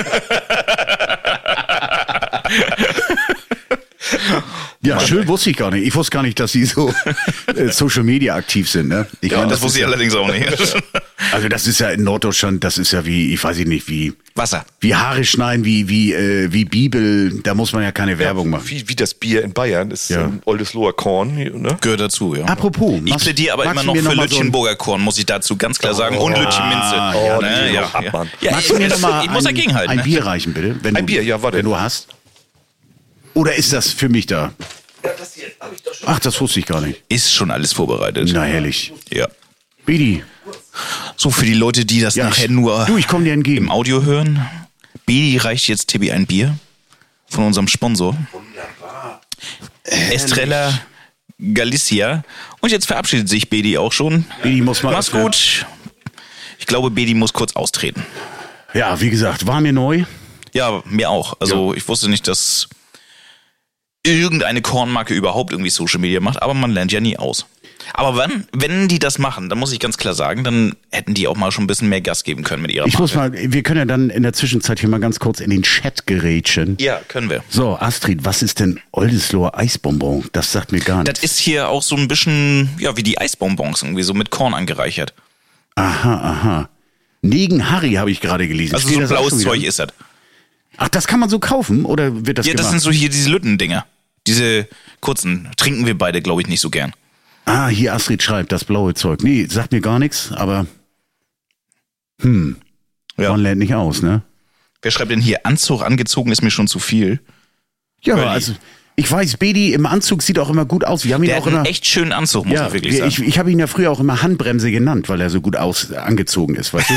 Ja, schön wusste ich gar nicht. Ich wusste gar nicht, dass sie so Social Media aktiv sind. Ne? Ich Ja, meine, das wusste ich ist ja, allerdings auch nicht. also das ist ja in Norddeutschland, das ist ja wie, ich weiß nicht, wie Wasser. Haare schneiden, wie Bibel. Da muss man ja keine Werbung machen. Wie das Bier in Bayern, ist Ja. ein Oldesloher Korn. Ne? Gehört dazu, ja. Apropos, Ich plädiere aber immer noch für Lütchenburger Korn, muss ich dazu ganz klar sagen. Und Lütchenminze. ja, Ne? die Ja, noch ab, Mann. ja. Magst du mir noch mal ich muss dagegen halten. ein Ne? Bier reichen, bitte? Wenn Ein Bier, ja, warte. Wenn du hast. Oder ist das für mich da? Ach, das wusste ich gar nicht. Ist schon alles vorbereitet. Na, herrlich. Ja. Bidi. So, für die Leute, die das Ja, nachher nur du, ich komm dir entgegen. im Audio hören. Bedi reicht jetzt Tibi ein Bier von unserem Sponsor. Wunderbar. Estrella Galicia. Und jetzt verabschiedet sich Bedi auch schon. Bedi muss mal Mach's öffnen. gut. Ich glaube, Bedi muss kurz austreten. Ja, wie gesagt, war mir neu. Ja, mir auch. Also ich wusste nicht, dass irgendeine Kornmarke überhaupt irgendwie Social Media macht, aber man lernt ja nie aus. Aber wenn die das machen, dann muss ich ganz klar sagen, dann hätten die auch mal schon ein bisschen mehr Gas geben können mit ihrer Ich Marke. muss mal, wir können ja dann in der Zwischenzeit hier mal ganz kurz in den Chat gerätschen. Ja, können wir. So, Astrid, was ist denn Oldesloher Eisbonbon? Das sagt mir gar nichts. Das ist hier auch so ein bisschen, ja, wie die Eisbonbons irgendwie, so mit Korn angereichert. Aha. Negen Harry habe ich gerade gelesen. Also Steht so das auch blaues schon wieder? Zeug ist das. Ach, das kann man so kaufen oder wird das Ja, das gemacht? sind so hier diese Lüttendinger. Diese kurzen. Trinken wir beide, glaube ich, nicht so gern. Ah, hier Astrid schreibt, das blaue Zeug. Nee, sagt mir gar nichts, aber man lernt nicht aus, ne? Wer schreibt denn hier, Anzug angezogen ist mir schon zu viel? Ja, Early. also ich weiß, Bedi im Anzug sieht auch immer gut aus. Wir haben ihn Der auch hat einen immer echt schönen Anzug, muss ja, man wirklich sagen. ich habe ihn ja früher auch immer Handbremse genannt, weil er so gut angezogen ist, weißt du?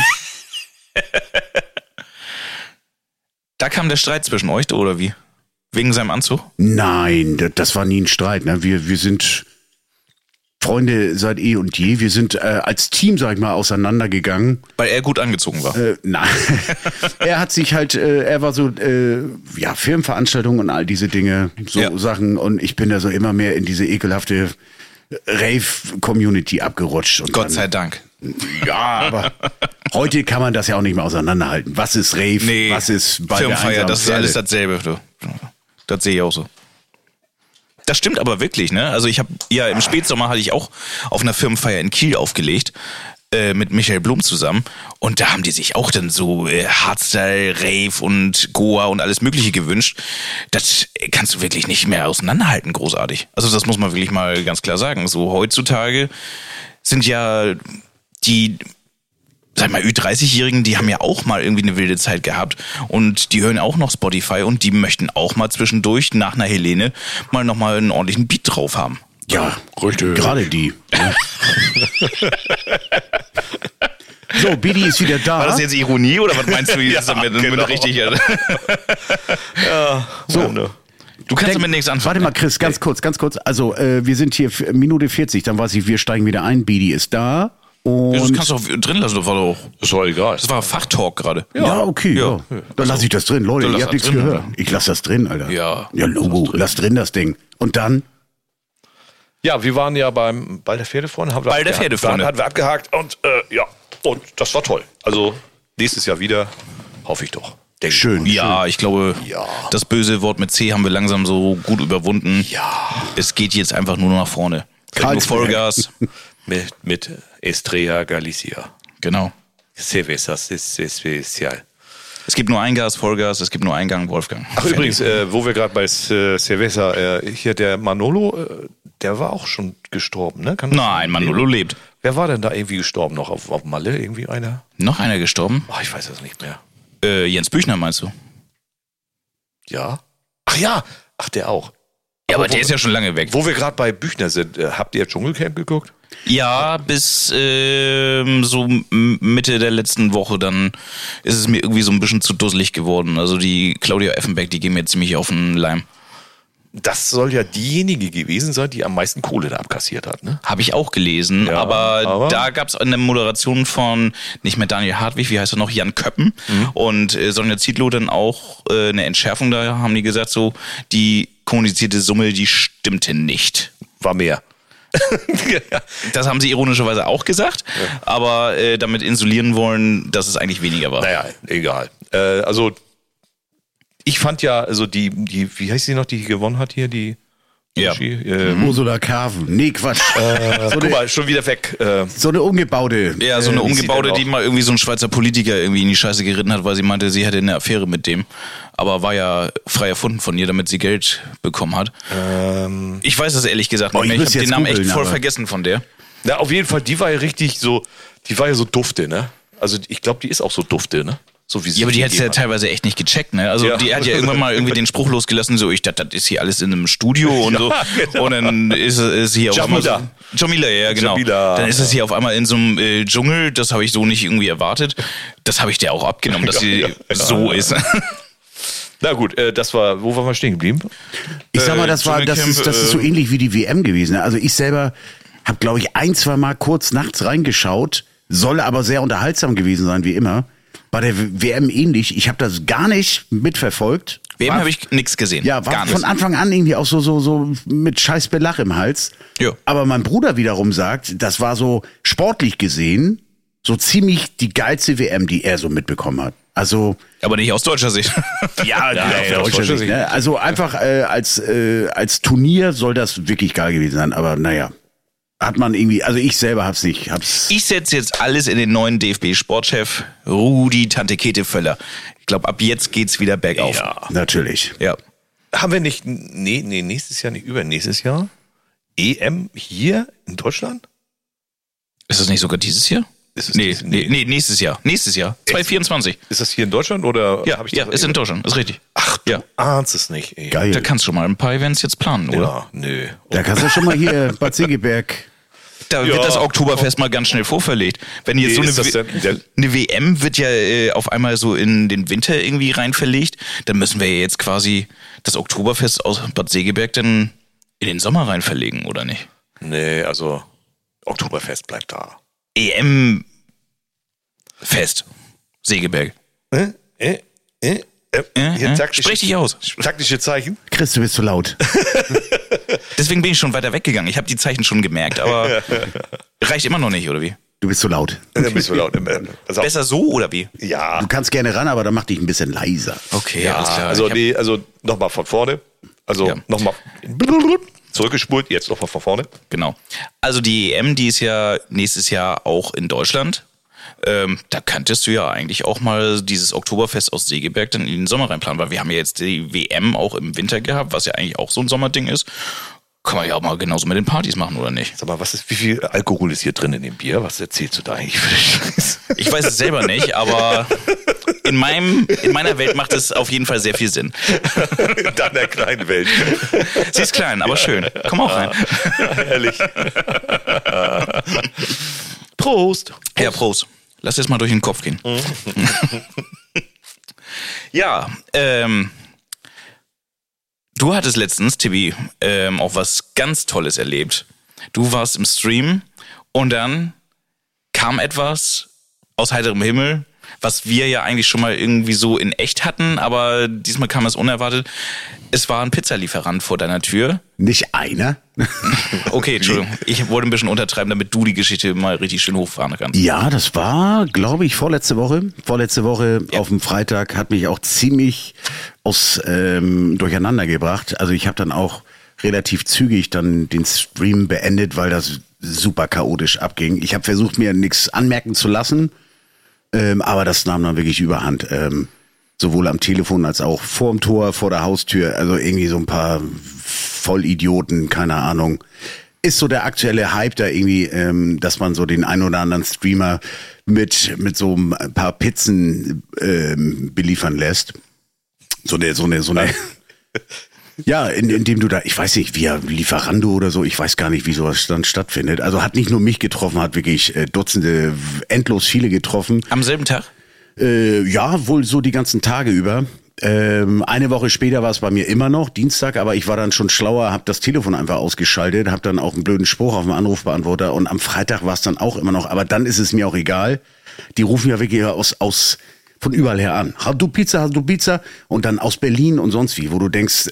Da kam der Streit zwischen euch, oder wie? Wegen seinem Anzug? Nein, das war nie ein Streit. Ne? Wir sind Freunde seit eh und je. Wir sind als Team, sag ich mal, auseinandergegangen. Weil er gut angezogen war. Nein, er hat sich halt, er war so, Firmenveranstaltungen und all diese Dinge, so Sachen. Und ich bin da so immer mehr in diese ekelhafte Rave-Community abgerutscht. Und Gott sei Dank. Ja, aber heute kann man das ja auch nicht mehr auseinanderhalten. Was ist Rave? Was ist bei Firmenfeier? Das ist alles dasselbe. Das sehe ich auch so. Das stimmt aber wirklich, ne? Also ich habe im Spätsommer hatte ich auch auf einer Firmenfeier in Kiel aufgelegt mit Michael Blum zusammen und da haben die sich auch dann so Hardstyle, Rave und Goa und alles Mögliche gewünscht. Das kannst du wirklich nicht mehr auseinanderhalten, großartig. Also das muss man wirklich mal ganz klar sagen. So heutzutage sind ja die, sag mal, Ü30-Jährigen, die haben ja auch mal irgendwie eine wilde Zeit gehabt und die hören auch noch Spotify und die möchten auch mal zwischendurch nach einer Helene mal nochmal einen ordentlichen Beat drauf haben. Ja, richtig. Gerade die. Ja. So, Bidi ist wieder da. War das jetzt Ironie oder was meinst du jetzt damit? Genau. Richtig? Ja, So. Du kannst damit nichts anfangen. Warte mal, Chris, ganz kurz. Also, wir sind hier Minute 40, dann weiß ich, wir steigen wieder ein. Bidi ist da. Und Das kannst du auch drin lassen, das war doch. Ist doch egal. Das war Fachtalk gerade. ja, okay. Ja. Dann lasse ich das drin. Leute, Dann ihr lass habt das nichts drin, gehört. Alter. Ich lasse das drin, Alter. Ja. Ja, Logo. Lass drin das Ding. Und dann? Ja, wir waren ja beim Ball der Pferdefreunde. Ball der Pferdefreunde. Hatten wir abgehakt und und das war toll. Also nächstes Jahr wieder, hoffe ich doch. Schön. Ja, ich glaube, Ja. das böse Wort mit C haben wir langsam so gut überwunden. Ja. Es geht jetzt einfach nur nach vorne. Nur Karlsberg. Vollgas. Mit Estrella Galicia. Genau. Cervezas especial. Es gibt nur ein Gas, Vollgas, es gibt nur einen Gang, Wolfgang. Ach übrigens, wo wir gerade bei Cerveza, hier der Manolo, der war auch schon gestorben, ne? Kann das Nein, sein? Manolo lebt. Wer war denn da irgendwie gestorben noch? Auf Malle irgendwie einer? Noch einer gestorben? Ach, ich weiß es nicht mehr. Jens Büchner meinst du? Ja? Ach ja, ach der auch. Ja, aber der ist ja schon lange weg. Wo wir gerade bei Büchner sind, habt ihr Dschungelcamp geguckt? Ja, bis so Mitte der letzten Woche, dann ist es mir irgendwie so ein bisschen zu dusselig geworden. Also die Claudia Effenberg, die geht mir ziemlich auf den Leim. Das soll ja diejenige gewesen sein, die am meisten Kohle da abkassiert hat, ne? Habe ich auch gelesen, Ja, aber aber? da gab es eine Moderation von nicht mehr Daniel Hartwig, wie heißt er noch, Jan Köppen und Sonja Zietlow dann auch eine Entschärfung, da haben die gesagt so, die kommunizierte Summe, die stimmte nicht. War mehr. Das haben sie ironischerweise auch gesagt, aber damit insulieren wollen, dass es eigentlich weniger war. Naja, egal. Also, ich fand ja, also die, wie heißt sie noch, die gewonnen hat hier, die Ja. Ursula Carven. Nee, Quatsch. Guck mal, schon wieder weg. So eine umgebaute. Ja, so eine wie sieht umgebaute, der die mal irgendwie so ein Schweizer Politiker irgendwie in die Scheiße geritten hat, weil sie meinte, sie hätte eine Affäre mit dem. Aber war ja frei erfunden von ihr, damit sie Geld bekommen hat. Ich weiß das ehrlich gesagt Boah, nicht mehr. ich Ich habe müsste den Namen jetzt echt googeln, voll aber- vergessen von der. Na, auf jeden Fall, die war ja richtig so, die war ja so dufte, ne? Also, ich glaube, die ist auch so dufte, ne? So wie sie Ja, aber die hat es ja gegeben teilweise echt nicht gecheckt, ne? Also Ja. die hat ja irgendwann mal irgendwie den Spruch losgelassen, so ich dachte, das ist hier alles in einem Studio und so. genau. Und dann ist hier auf einmal so, Jamila. Jamila, ja genau. Jamila. Dann ist es hier auf einmal in so einem Dschungel, das habe ich so nicht irgendwie erwartet. Das habe ich der auch abgenommen, dass sie so ist. Na gut, das war, wo waren wir stehen geblieben? Ich sag mal, das Dschungelcamp, ist so ähnlich wie die WM gewesen. Ne? Also ich selber habe, glaube ich, 1-2 Mal kurz nachts reingeschaut, soll aber sehr unterhaltsam gewesen sein, wie immer. Bei der WM ähnlich. Ich habe das gar nicht mitverfolgt. WM War- habe ich nichts gesehen. Ja, war gar von nichts. Anfang an irgendwie auch so mit scheiß Belach im Hals. Ja. Aber mein Bruder wiederum sagt, das war so sportlich gesehen so ziemlich die geilste WM, die er so mitbekommen hat. Also Aber nicht aus deutscher Sicht. ja, aus deutscher deutscher Sicht, ne? Also einfach als Turnier soll das wirklich geil gewesen sein. Aber naja, hat man irgendwie, also ich selber hab's nicht. Ich setze jetzt alles in den neuen DFB-Sportchef Rudi Tante-Kete Völler. Ich glaube, ab jetzt geht's wieder bergauf. Ja. Natürlich. Ja. Haben wir nicht, nee, nächstes Jahr, nicht übernächstes Jahr, EM hier in Deutschland? Ist das nicht sogar dieses Jahr? Nee, nächstes Jahr. 2024. Ist das hier in Deutschland oder? Ja, ist in Deutschland, ist richtig. Ach, du ahnst es nicht. Ey. Geil. Da kannst du schon mal ein paar Events jetzt planen, oder? Ja, nö. Da kannst du schon mal hier Bad Segeberg. Da wird das Oktoberfest mal ganz schnell vorverlegt. Wenn jetzt eine WM wird ja auf einmal so in den Winter irgendwie rein verlegt, dann müssen wir ja jetzt quasi das Oktoberfest aus Bad Segeberg dann in den Sommer rein verlegen, oder nicht? Nee, also Oktoberfest bleibt da. EM-Fest. Segeberg. Sprech dich aus. Taktische Zeichen. Chris, du bist zu laut. Deswegen bin ich schon weiter weggegangen. Ich habe die Zeichen schon gemerkt, aber reicht immer noch nicht, oder wie? Du bist zu laut. Dann bist du laut. Besser so, oder wie? Ja. Du kannst gerne ran, aber dann mach dich ein bisschen leiser. Okay, Ja, alles klar. also nochmal von vorne. Also nochmal zurückgespult, jetzt nochmal von vorne. Genau. Also die EM, die ist ja nächstes Jahr auch in Deutschland. Da könntest du ja eigentlich auch mal dieses Oktoberfest aus Segeberg dann in den Sommer reinplanen, weil wir haben ja jetzt die WM auch im Winter gehabt, was ja eigentlich auch so ein Sommerding ist. Kann man ja auch mal genauso mit den Partys machen, oder nicht? Sag mal, wie viel Alkohol ist hier drin in dem Bier? Was erzählst du da eigentlich für den Scheiß? Ich weiß es selber nicht, aber in meiner Welt macht es auf jeden Fall sehr viel Sinn. In deiner kleinen Welt. Sie ist klein, aber schön. Komm auch rein. Ja, herrlich. Prost. Ja, Prost. Lass jetzt mal durch den Kopf gehen. Ja, du hattest letztens, Tibi, auch was ganz Tolles erlebt. Du warst im Stream und dann kam etwas aus heiterem Himmel, was wir ja eigentlich schon mal irgendwie so in echt hatten, aber diesmal kam es unerwartet. Es war ein Pizzalieferant vor deiner Tür. Nicht einer. Okay, Entschuldigung. Ich wollte ein bisschen untertreiben, damit du die Geschichte mal richtig schön hochfahren kannst. Ja, das war, glaube ich, vorletzte Woche. Vorletzte Woche auf dem Freitag hat mich auch ziemlich durcheinander gebracht. Also ich habe dann auch relativ zügig dann den Stream beendet, weil das super chaotisch abging. Ich habe versucht, mir nichts anmerken zu lassen, aber das nahm dann wirklich überhand. Sowohl am Telefon als auch vorm Tor, vor der Haustür. Also irgendwie so ein paar Vollidioten, keine Ahnung. Ist so der aktuelle Hype da irgendwie, dass man so den ein oder anderen Streamer mit so ein paar Pizzen beliefern lässt. So eine ja, indem du da, ich weiß nicht, via Lieferando oder so, ich weiß gar nicht, wie sowas dann stattfindet. Also hat nicht nur mich getroffen, hat wirklich Dutzende, endlos viele getroffen. Am selben Tag? Ja, wohl so die ganzen Tage über. Eine Woche später war es bei mir immer noch, Dienstag, aber ich war dann schon schlauer, habe das Telefon einfach ausgeschaltet, habe dann auch einen blöden Spruch auf dem Anrufbeantworter und am Freitag war es dann auch immer noch, aber dann ist es mir auch egal. Die rufen ja wirklich aus von überall her an. Hast du Pizza? Und dann aus Berlin und sonst wie, wo du denkst,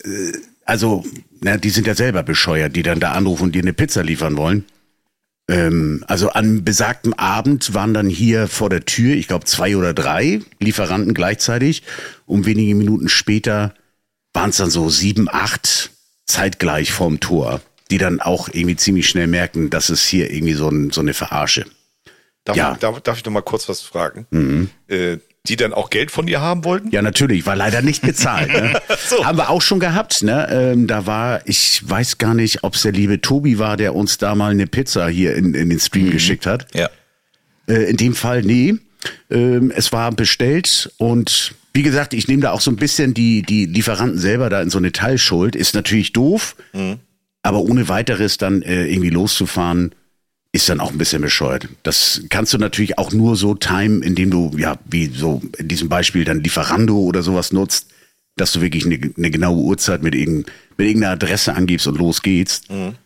die sind ja selber bescheuert, die dann da anrufen und dir eine Pizza liefern wollen. Also an besagtem Abend waren dann hier vor der Tür, ich glaube 2 oder 3 Lieferanten gleichzeitig. Und wenige Minuten später waren es dann so 7, 8 zeitgleich vorm Tor, die dann auch irgendwie ziemlich schnell merken, dass es hier irgendwie so eine Verarsche. Darf ich noch mal kurz was fragen? Mhm. Die dann auch Geld von dir haben wollten? Ja, natürlich, war leider nicht bezahlt. Ne? So. Haben wir auch schon gehabt. Ne? Da war, ich weiß gar nicht, ob es der liebe Tobi war, der uns da mal eine Pizza hier in den Stream geschickt hat. Ja. In dem Fall, nee. Es war bestellt und wie gesagt, ich nehme da auch so ein bisschen die Lieferanten selber da in so eine Teilschuld. Ist natürlich doof, aber ohne weiteres dann irgendwie loszufahren, ist dann auch ein bisschen bescheuert. Das kannst du natürlich auch nur so timen, indem du, ja, wie so in diesem Beispiel dann Lieferando oder sowas nutzt, dass du wirklich eine genaue Uhrzeit mit irgendeiner Adresse angibst und los geht's.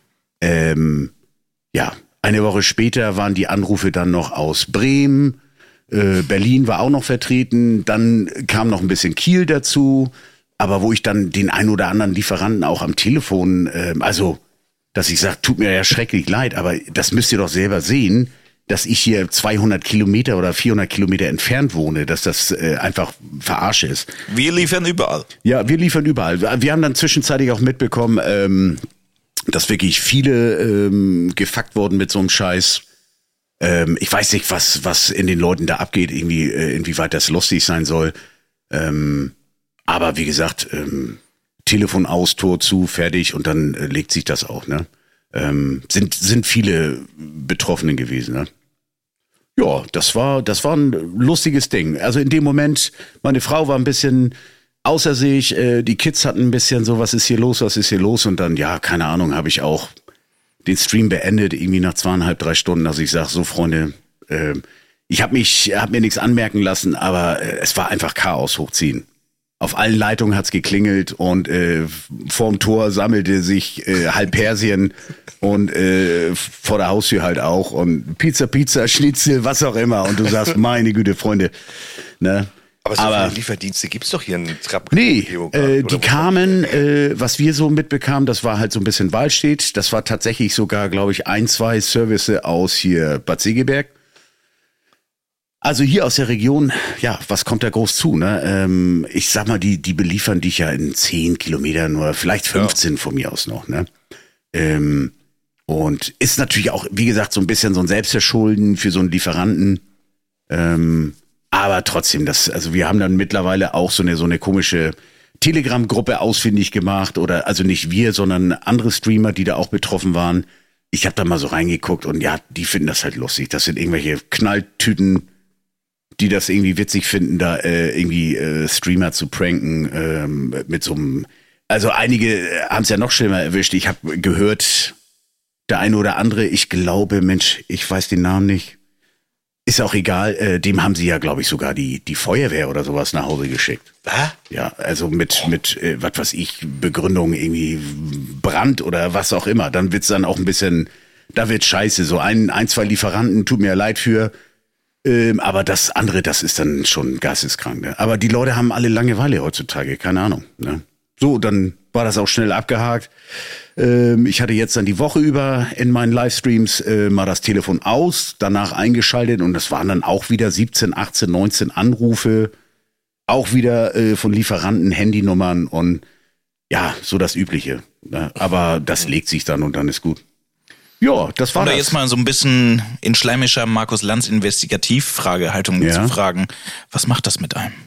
Ja, eine Woche später waren die Anrufe dann noch aus Bremen, Berlin war auch noch vertreten, dann kam noch ein bisschen Kiel dazu, aber wo ich dann den ein oder anderen Lieferanten auch am Telefon, dass ich sage, tut mir ja schrecklich leid, aber das müsst ihr doch selber sehen, dass ich hier 200 Kilometer oder 400 Kilometer entfernt wohne, dass das einfach Verarsche ist. Wir liefern überall. Ja, wir liefern überall. Wir haben dann zwischenzeitlich auch mitbekommen, dass wirklich viele gefuckt wurden mit so einem Scheiß. Ich weiß nicht, was in den Leuten da abgeht, inwieweit das lustig sein soll. Aber wie gesagt, Telefon aus, Tor zu, fertig und dann legt sich das auch, ne? Sind viele Betroffene gewesen, ne? Ja, das war ein lustiges Ding. Also in dem Moment, meine Frau war ein bisschen außer sich, die Kids hatten ein bisschen so, was ist hier los? Und dann, ja, keine Ahnung, habe ich auch den Stream beendet, irgendwie nach 2,5, 3 Stunden, dass ich sage, so Freunde, ich hab mir nichts anmerken lassen, aber es war einfach Chaos hochziehen. Auf allen Leitungen hat's geklingelt und vorm Tor sammelte sich halb Persien und vor der Haustür halt auch und Pizza, Schnitzel, was auch immer. Und du sagst, meine Güte, Freunde, ne? Aber so viele Lieferdienste gibt's doch hier in Trapp. Nee, die kamen, was wir so mitbekamen, das war halt so ein bisschen Waldstedt. Das war tatsächlich sogar, glaube ich, 1, 2 Service aus hier Bad Segeberg. Also hier aus der Region, ja, was kommt da groß zu, ne? Ich sag mal, die beliefern dich ja in 10 Kilometern oder vielleicht 15 von mir aus noch, ne? Und ist natürlich auch, wie gesagt, so ein bisschen so ein Selbstverschulden für so einen Lieferanten. Aber trotzdem, also wir haben dann mittlerweile auch so eine komische Telegram-Gruppe ausfindig gemacht oder also nicht wir, sondern andere Streamer, die da auch betroffen waren. Ich habe da mal so reingeguckt und ja, die finden das halt lustig. Das sind irgendwelche Knalltüten, die das irgendwie witzig finden, da irgendwie Streamer zu pranken mit so einem. Also einige haben es ja noch schlimmer erwischt. Ich habe gehört, der eine oder andere, ich glaube, Mensch, ich weiß den Namen nicht. Ist auch egal, dem haben sie ja, glaube ich, sogar die Feuerwehr oder sowas nach Hause geschickt. Was? Ja, also mit was weiß ich, Begründung irgendwie Brand oder was auch immer. Dann wird's dann auch ein bisschen, da wird scheiße. So ein, 2 Lieferanten, tut mir leid für, aber das andere, das ist dann schon geisteskrank. Ne? Aber die Leute haben alle Langeweile heutzutage, keine Ahnung. Ne? So, dann war das auch schnell abgehakt. Ich hatte jetzt dann die Woche über in meinen Livestreams mal das Telefon aus, danach eingeschaltet und das waren dann auch wieder 17, 18, 19 Anrufe, auch wieder von Lieferanten, Handynummern und ja, so das Übliche. Ne? Aber das legt sich dann und dann ist gut. Ja, das war Oder das. jetzt mal so ein bisschen in schleimischer Markus Lanz Investigativfragehaltung zu fragen, was macht das mit einem?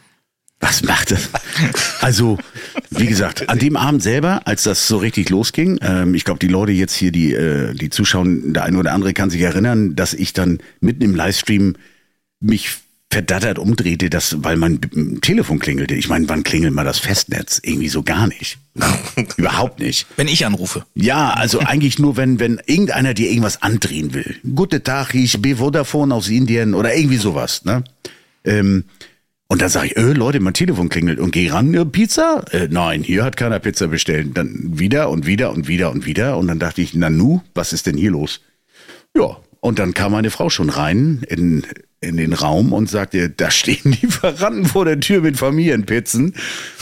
Was macht das? Also, wie gesagt, an dem Abend selber, als das so richtig losging, ich glaube, die Leute jetzt hier, die zuschauen, der eine oder andere kann sich erinnern, dass ich dann mitten im Livestream mich verdattert umdrehte, weil mein Telefon klingelte. Ich meine, wann klingelt mal das Festnetz? Irgendwie so gar nicht. Überhaupt nicht. Wenn ich anrufe. Ja, also eigentlich nur, wenn irgendeiner dir irgendwas andrehen will. Guten Tag, ich bin Vodafone aus Indien oder irgendwie sowas, ne? Und dann sage ich, Leute, mein Telefon klingelt und geh ran, Pizza? Nein, hier hat keiner Pizza bestellt. Dann wieder und wieder. Und dann dachte ich, Nanu, was ist denn hier los? Ja, und dann kam meine Frau schon rein in den Raum und sagte, da stehen Lieferanten vor der Tür mit Familienpizzen.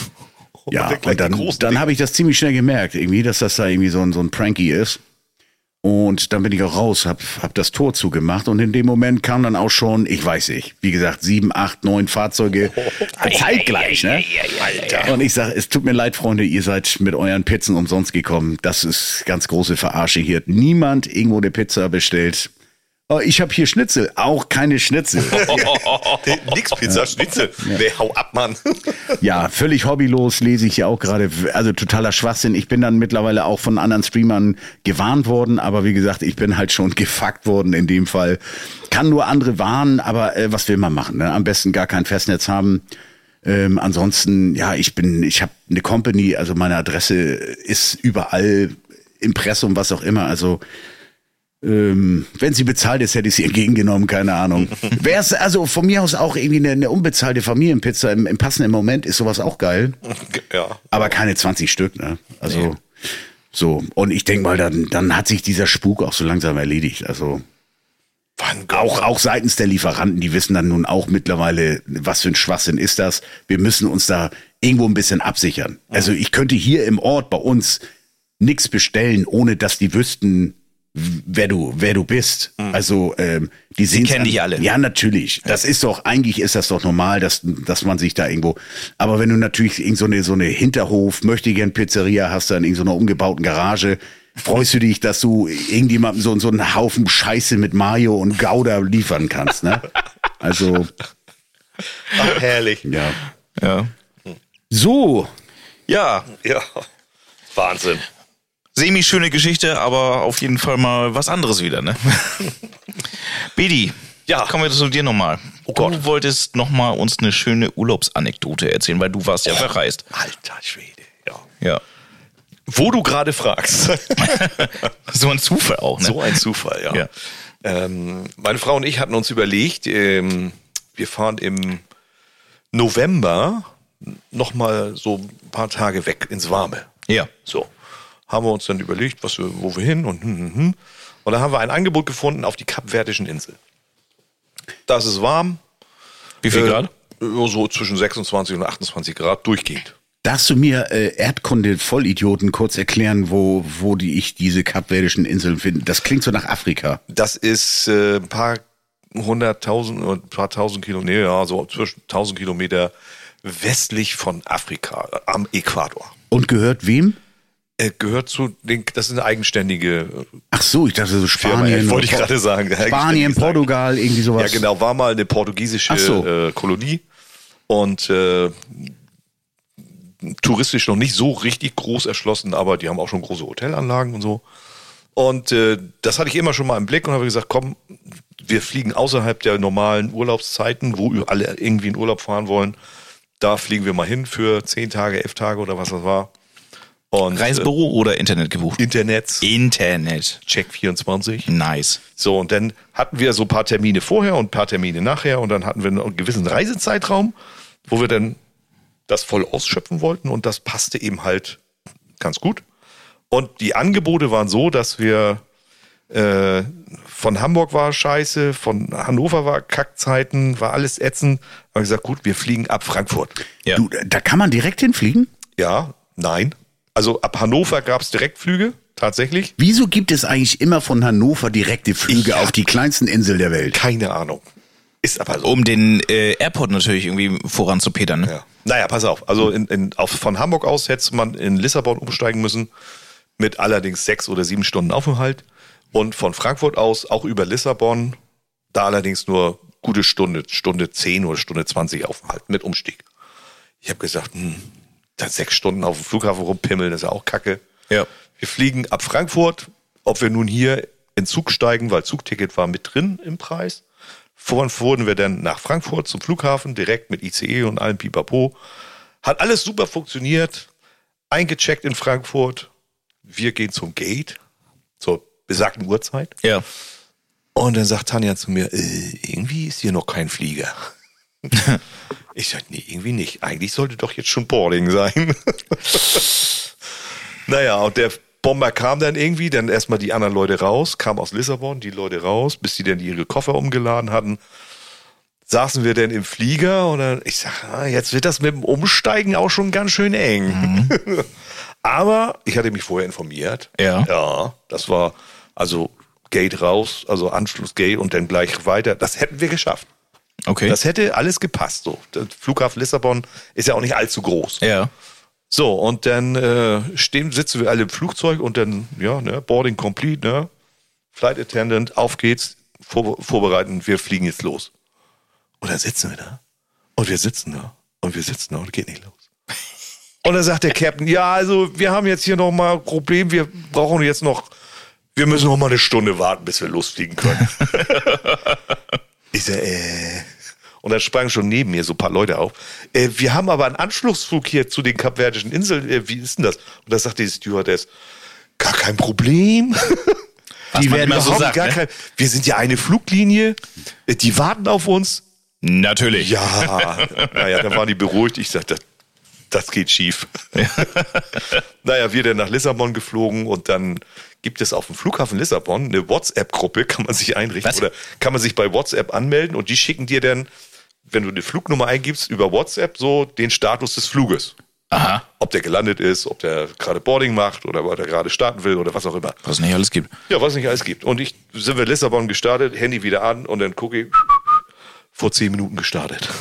Ja, und dann habe ich das ziemlich schnell gemerkt, irgendwie, dass das da irgendwie so ein Pranky ist. Und dann bin ich auch raus, hab das Tor zugemacht und in dem Moment kam dann auch schon, ich weiß nicht, wie gesagt, 7, 8, 9 Fahrzeuge zeitgleich, ne? Alter. Und ich sag, es tut mir leid, Freunde, ihr seid mit euren Pizzen umsonst gekommen. Das ist ganz große Verarsche hier. Niemand irgendwo eine Pizza bestellt. Oh, ich habe hier Schnitzel, auch keine Schnitzel. Nix Pizza, Schnitzel. Ja. Nee, hau ab, Mann. Ja, völlig hobbylos lese ich ja auch gerade, also totaler Schwachsinn. Ich bin dann mittlerweile auch von anderen Streamern gewarnt worden, aber wie gesagt, ich bin halt schon gefuckt worden in dem Fall. Kann nur andere warnen, aber was will man machen? Ne? Am besten gar kein Festnetz haben. Ansonsten, ja, ich habe eine Company, also meine Adresse ist überall, Impressum, was auch immer, also wenn sie bezahlt ist, hätte ich sie entgegengenommen, keine Ahnung. Wäre es also von mir aus auch irgendwie eine unbezahlte Familienpizza im passenden Moment, ist sowas auch geil. Ja. Aber keine 20 Stück, ne? Also so. Und ich denke mal, dann hat sich dieser Spuk auch so langsam erledigt. Also auch seitens der Lieferanten, die wissen dann nun auch mittlerweile, was für ein Schwachsinn ist das. Wir müssen uns da irgendwo ein bisschen absichern. Also ich könnte hier im Ort bei uns nichts bestellen, ohne dass die wüssten, wer du bist. Also die kennen dich alle. Ja, natürlich. Das ist doch, eigentlich ist das doch normal, dass man sich da irgendwo. Aber wenn du natürlich so eine Hinterhof, möchte gern Pizzeria hast, dann in so einer umgebauten Garage, freust du dich, dass du irgendjemandem so einen Haufen Scheiße mit Mayo und Gouda liefern kannst, ne? Also. Ach, herrlich. Ja. So. Ja. Wahnsinn. Semi-schöne Geschichte, aber auf jeden Fall mal was anderes wieder, ne? Bedi, Ja. Kommen wir zu dir nochmal. Oh Gott. Du wolltest nochmal uns eine schöne Urlaubsanekdote erzählen, weil du warst ja verreist. Alter Schwede, Ja. Wo du gerade fragst. So ein Zufall auch, ne? So ein Zufall, ja. Meine Frau und ich hatten uns überlegt, wir fahren im November nochmal so ein paar Tage weg ins Warme. Ja. So. Haben wir uns dann überlegt, wo wir hin und Und dann haben wir ein Angebot gefunden auf die Kapverdischen Inseln. Da ist es warm. Wie viel Grad? So zwischen 26 und 28 Grad durchgehend. Darfst du mir Erdkunde-Vollidioten kurz erklären, wo ich diese kapverdischen Inseln finde? Das klingt so nach Afrika. Das ist ein paar 100.000 oder ein paar tausend Kilometer, ja, so zwischen 1000 Kilometer westlich von Afrika, am Äquator. Und gehört wem? Gehört zu den, das ist eine eigenständige Ach so, ich dachte so Spanien. Firma, wollte ich gerade sagen. Spanien, Portugal, irgendwie sowas. Ja, genau, war mal eine portugiesische Kolonie und touristisch noch nicht so richtig groß erschlossen, aber die haben auch schon große Hotelanlagen und so. Und das hatte ich immer schon mal im Blick und habe gesagt, komm, wir fliegen außerhalb der normalen Urlaubszeiten, wo alle irgendwie in Urlaub fahren wollen. Da fliegen wir mal hin für 10 Tage, 11 Tage oder was das war. Und, Reisebüro oder Internet gebucht? Internet. Check24. Nice. So, und dann hatten wir so ein paar Termine vorher und ein paar Termine nachher und dann hatten wir einen gewissen Reisezeitraum, wo wir dann das voll ausschöpfen wollten und das passte eben halt ganz gut. Und die Angebote waren so, dass wir von Hamburg war scheiße, von Hannover war Kackzeiten, war alles ätzend. Haben gesagt, gut, wir fliegen ab Frankfurt. Ja. Du, da kann man direkt hinfliegen? Ja, nein. Also ab Hannover gab es Direktflüge, tatsächlich. Wieso gibt es eigentlich immer von Hannover direkte Flüge auf die kleinsten Insel der Welt? Keine Ahnung. Ist aber so. Um den Airport natürlich irgendwie voranzupetern. Ne? Ja. Naja, pass auf. Also von Hamburg aus hätte man in Lissabon umsteigen müssen, mit allerdings 6 oder 7 Stunden Aufenthalt. Und von Frankfurt aus auch über Lissabon, da allerdings nur gute Stunde 10 oder Stunde 20 Aufenthalt mit Umstieg. Ich habe gesagt, dann 6 Stunden auf dem Flughafen rumpimmeln, das ist ja auch kacke. Ja. Wir fliegen ab Frankfurt, ob wir nun hier in Zug steigen, weil Zugticket war mit drin im Preis. Vorhin wurden wir dann nach Frankfurt zum Flughafen, direkt mit ICE und allem Pipapo. Hat alles super funktioniert, eingecheckt in Frankfurt. Wir gehen zum Gate, zur besagten Uhrzeit. Ja. Und dann sagt Tanja zu mir, irgendwie ist hier noch kein Flieger. Ich sag, nee, irgendwie nicht. Eigentlich sollte doch jetzt schon Boarding sein. Naja, und der Bomber kam dann irgendwie, dann erstmal die anderen Leute raus, kam aus Lissabon, die Leute raus, bis die dann ihre Koffer umgeladen hatten. Saßen wir denn im Flieger und dann, ich sag, jetzt wird das mit dem Umsteigen auch schon ganz schön eng. Mhm. Aber ich hatte mich vorher informiert. Ja. Ja, das war also Gate raus, also Anschlussgate und dann gleich weiter. Das hätten wir geschafft. Okay. Das hätte alles gepasst. So. Der Flughafen Lissabon ist ja auch nicht allzu groß. Ja. So, und dann sitzen wir alle im Flugzeug und dann, ja, ne, Boarding complete, ne? Flight Attendant, auf geht's, vorbereiten, wir fliegen jetzt los. Und dann sitzen wir da. Und wir sitzen da. Und wir sitzen da und geht nicht los. Und dann sagt der Captain, ja, also wir haben jetzt hier noch mal ein Problem, wir müssen noch mal eine Stunde warten, bis wir losfliegen können. Ich sag, Und dann sprangen schon neben mir so ein paar Leute auf. Wir haben aber einen Anschlussflug hier zu den Kapverdischen Inseln. Wie ist denn das? Und da sagte die Stewardess, gar kein Problem. Die werden immer so sagt, wir sind ja eine Fluglinie. Die warten auf uns. Natürlich. Ja. Naja, dann waren die beruhigt. Ich sagte, das geht schief. Ja. Naja, wir dann nach Lissabon geflogen und dann gibt es auf dem Flughafen Lissabon eine WhatsApp-Gruppe, kann man sich einrichten. Was? Oder kann man sich bei WhatsApp anmelden und die schicken dir dann, wenn du eine Flugnummer eingibst, über WhatsApp so den Status des Fluges. Aha. Ob der gelandet ist, ob der gerade Boarding macht oder ob er gerade starten will oder was auch immer. Was nicht alles gibt. Ja, was nicht alles gibt. Und sind wir in Lissabon gestartet, Handy wieder an und dann gucke ich, vor 10 Minuten gestartet.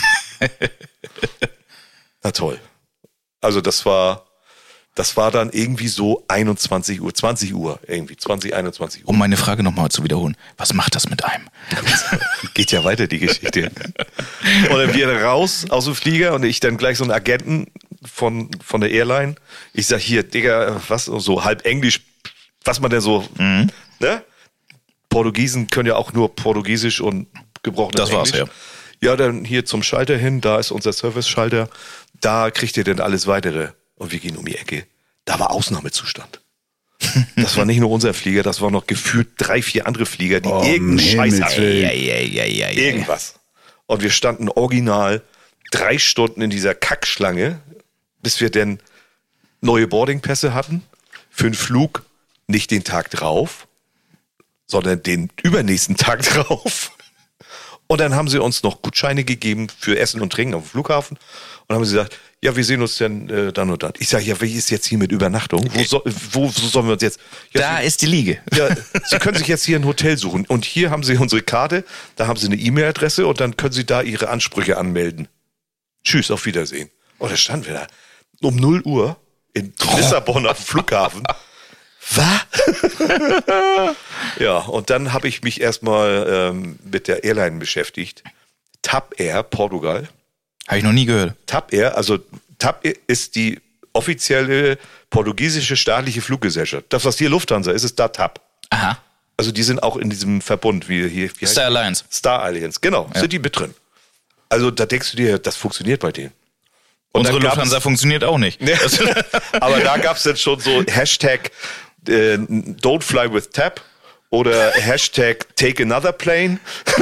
Na toll. Also das war dann irgendwie so 20 Uhr, irgendwie 21 Uhr. Um meine Frage nochmal zu wiederholen, was macht das mit einem? Geht ja weiter, die Geschichte. Und dann wir raus aus dem Flieger und ich dann gleich so einen Agenten von der Airline. Ich sag hier, Digga, was, so halb Englisch, was man denn so, ne? Portugiesen können ja auch nur Portugiesisch und gebrochenes Das war's, Englisch. Ja, dann hier zum Schalter hin, da ist unser Service-Schalter, da kriegt ihr denn alles Weitere. Und wir gehen um die Ecke. Da war Ausnahmezustand. Das war nicht nur unser Flieger, das waren noch gefühlt 3, 4 andere Flieger, die irgendeinen Scheiß hatten. Irgendwas. Und wir standen original 3 Stunden in dieser Kackschlange, bis wir denn neue Boardingpässe hatten für einen Flug, nicht den Tag drauf, sondern den übernächsten Tag drauf. Und dann haben sie uns noch Gutscheine gegeben für Essen und Trinken auf dem Flughafen. Und haben sie gesagt, ja, wir sehen uns denn dann und dann. Ich sage, ja, wie ist jetzt hier mit Übernachtung? Wo sollen wir uns jetzt... Ja, Da ist die Liege. Ja, Sie können sich jetzt hier ein Hotel suchen. Und hier haben Sie unsere Karte, da haben Sie eine E-Mail-Adresse und dann können Sie da Ihre Ansprüche anmelden. Tschüss, auf Wiedersehen. Und da standen wir da um 0 Uhr in Lissabon auf dem Flughafen. Was? Ja, und dann habe ich mich erstmal mit der Airline beschäftigt. TAP Air, Portugal. Habe ich noch nie gehört. TAP Air, also TAP ist die offizielle portugiesische staatliche Fluggesellschaft. Das, was hier Lufthansa ist da TAP. Aha. Also die sind auch in diesem Verbund, wie Star Alliance. Star Alliance, genau, sind die mit drin. Also da denkst du dir, das funktioniert bei denen. Und unsere Lufthansa funktioniert auch nicht. Aber da gab es dann schon so Hashtag Don't fly with TAP oder Hashtag Take another plane.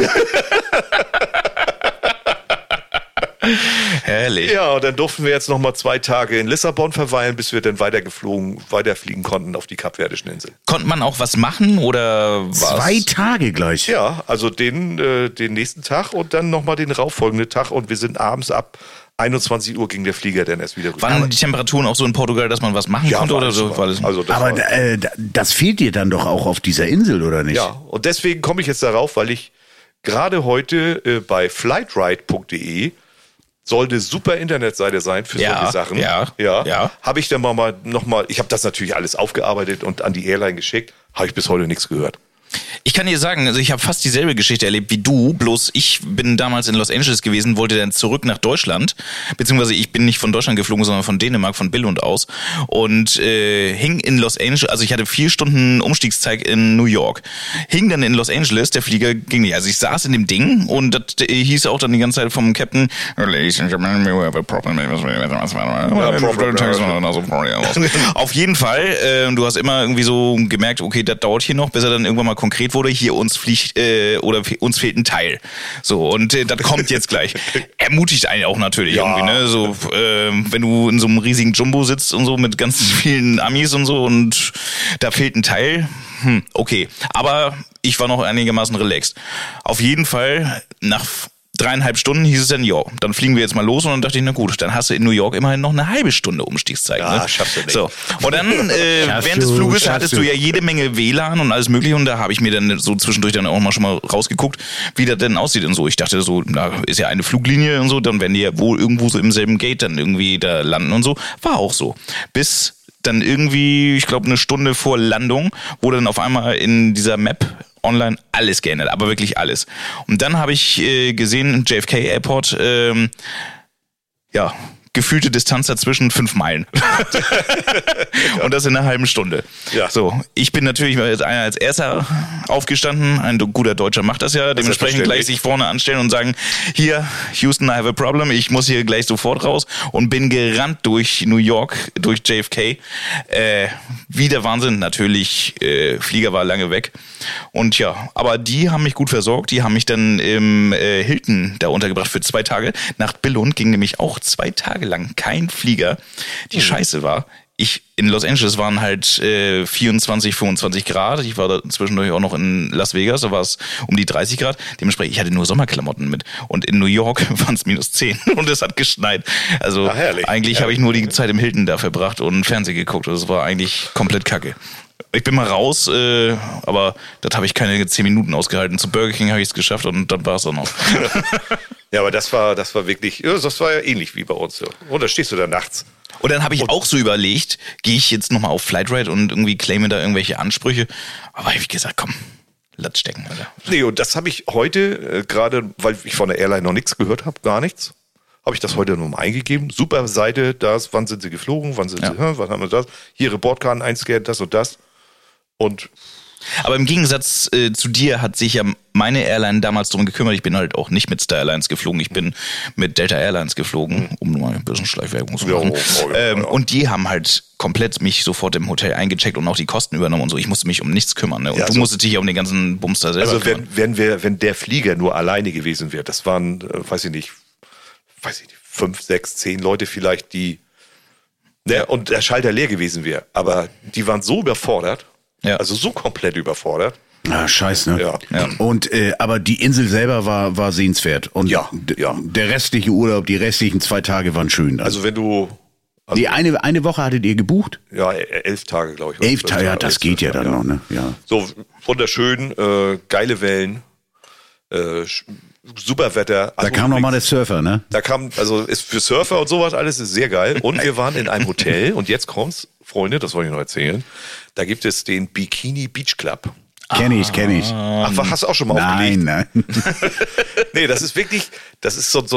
Herrlich. Ja, und dann durften wir jetzt nochmal 2 Tage in Lissabon verweilen, bis wir dann weiterfliegen konnten auf die Kapverdischen Inseln. Konnte man auch was machen oder was? 2 Tage gleich. Ja, also den nächsten Tag und dann nochmal den rauffolgenden Tag und wir sind abends ab 21 Uhr ging der Flieger dann erst wieder rüber. Waren die Temperaturen auch so in Portugal, dass man was machen konnte oder so? Aber das fehlt dir dann doch auch auf dieser Insel, oder nicht? Ja, und deswegen komme ich jetzt darauf, weil ich gerade heute bei flightride.de soll eine super Internetseite sein für solche Sachen. Ja. Habe ich dann nochmal, ich habe das natürlich alles aufgearbeitet und an die Airline geschickt, habe ich bis heute nichts gehört. Ich kann dir sagen, also ich habe fast dieselbe Geschichte erlebt wie du, bloß ich bin damals in Los Angeles gewesen, wollte dann zurück nach Deutschland, beziehungsweise ich bin nicht von Deutschland geflogen, sondern von Dänemark, von Billund aus und hing in Los Angeles, also ich hatte 4 Stunden Umstiegszeit in New York, hing dann in Los Angeles, der Flieger ging nicht, also ich saß in dem Ding und das hieß auch dann die ganze Zeit vom Captain, Ladies and Gentlemen, we have a problem. Auf jeden Fall, du hast immer irgendwie so gemerkt, okay, das dauert hier noch, bis er dann irgendwann mal konkret wurde, hier uns fliegt uns fehlt ein Teil. So, und das kommt jetzt gleich. Ermutigt einen auch natürlich irgendwie, ne? So, wenn du in so einem riesigen Jumbo sitzt und so mit ganz vielen Amis und so und da fehlt ein Teil, okay. Aber ich war noch einigermaßen relaxed. Auf jeden Fall, nach 3,5 Stunden hieß es dann, dann fliegen wir jetzt mal los und dann dachte ich, na gut, dann hast du in New York immerhin noch eine halbe Stunde Umstiegszeit. Ja, ne? schaffst du nicht. So. Und dann, während des Fluges hattest du ja jede Menge WLAN und alles mögliche und da habe ich mir dann so zwischendurch dann auch mal schon mal rausgeguckt, wie das denn aussieht und so. Ich dachte so, da ist ja eine Fluglinie und so, dann werden die ja wohl irgendwo so im selben Gate dann irgendwie da landen und so. War auch so. Bis dann irgendwie, ich glaube, eine Stunde vor Landung wurde dann auf einmal in dieser Map online alles geändert, aber wirklich alles. Und dann habe ich gesehen, JFK Airport, gefühlte Distanz dazwischen 5 Meilen. Und das in einer halben Stunde. Ja. So, ich bin natürlich als Erster aufgestanden. Ein guter Deutscher macht das ja. Dementsprechend gleich sich vorne anstellen und sagen, hier, Houston, I have a problem. Ich muss hier gleich sofort raus. Und bin gerannt durch New York, durch JFK. Wie der Wahnsinn. Natürlich, Flieger war lange weg. Und ja, aber die haben mich gut versorgt. Die haben mich dann im Hilton da untergebracht für 2 Tage. Nach Billund ging nämlich auch 2 Tage lang kein Flieger. Die Scheiße war, in Los Angeles waren halt 24, 25 Grad. Ich war da zwischendurch auch noch in Las Vegas, da war es um die 30 Grad. Dementsprechend, ich hatte nur Sommerklamotten mit. Und in New York waren es -10 und es hat geschneit. Also eigentlich habe ich nur die Zeit im Hilton da verbracht und Fernsehen geguckt. Das war eigentlich komplett kacke. Ich bin mal raus, aber das habe ich keine 10 Minuten ausgehalten. Zu Burger King habe ich es geschafft und dann war es auch noch. Ja, aber das war wirklich, das war ja ähnlich wie bei uns. Und da stehst du da nachts. Und dann habe ich auch so überlegt, gehe ich jetzt nochmal auf Flightride und irgendwie claime da irgendwelche Ansprüche. Aber habe ich gesagt, komm, lass stecken, Alter. Nee, und das habe ich heute gerade, weil ich von der Airline noch nichts gehört habe, gar nichts, habe ich das heute nochmal eingegeben. Super Seite, wann sind sie geflogen, wann sind sie, was haben wir das? Hier Reportkarten einscannen, das und das. Und Aber im Gegensatz zu dir hat sich ja meine Airline damals darum gekümmert. Ich bin halt auch nicht mit Star Airlines geflogen. Ich bin mit Delta Airlines geflogen, um mal ein bisschen Schleichwerbung zu machen. Und die haben halt komplett mich sofort im Hotel eingecheckt und auch die Kosten übernommen und so. Ich musste mich um nichts kümmern. Ne? Und du musstest dich ja um den ganzen Bums da selber kümmern. Also wenn der Flieger nur alleine gewesen wäre, das waren, weiß ich nicht, 5, 6, 10 Leute vielleicht, die und der Schalter leer gewesen wäre. Aber die waren so überfordert, also so komplett überfordert. Ah, scheiße, ne? Ja. Und aber die Insel selber war sehenswert. Und der restliche Urlaub, die restlichen 2 Tage waren schön. Also wenn du... die eine Woche hattet ihr gebucht? Ja, 11 Tage, glaube ich. 11 Tage, ja, das geht ja dann noch, ne? Ja. So, wunderschön, geile Wellen, super Wetter. Da kam noch mal der Surfer, ne? Da kam, also ist für Surfer und sowas alles ist sehr geil. Und wir waren in einem Hotel und jetzt kommt's, Freunde, das wollte ich noch erzählen. Da gibt es den Bikini Beach Club. Kenn ich. Ach, hast du auch schon mal aufgelegt? Nein. Nee, das ist wirklich, das ist so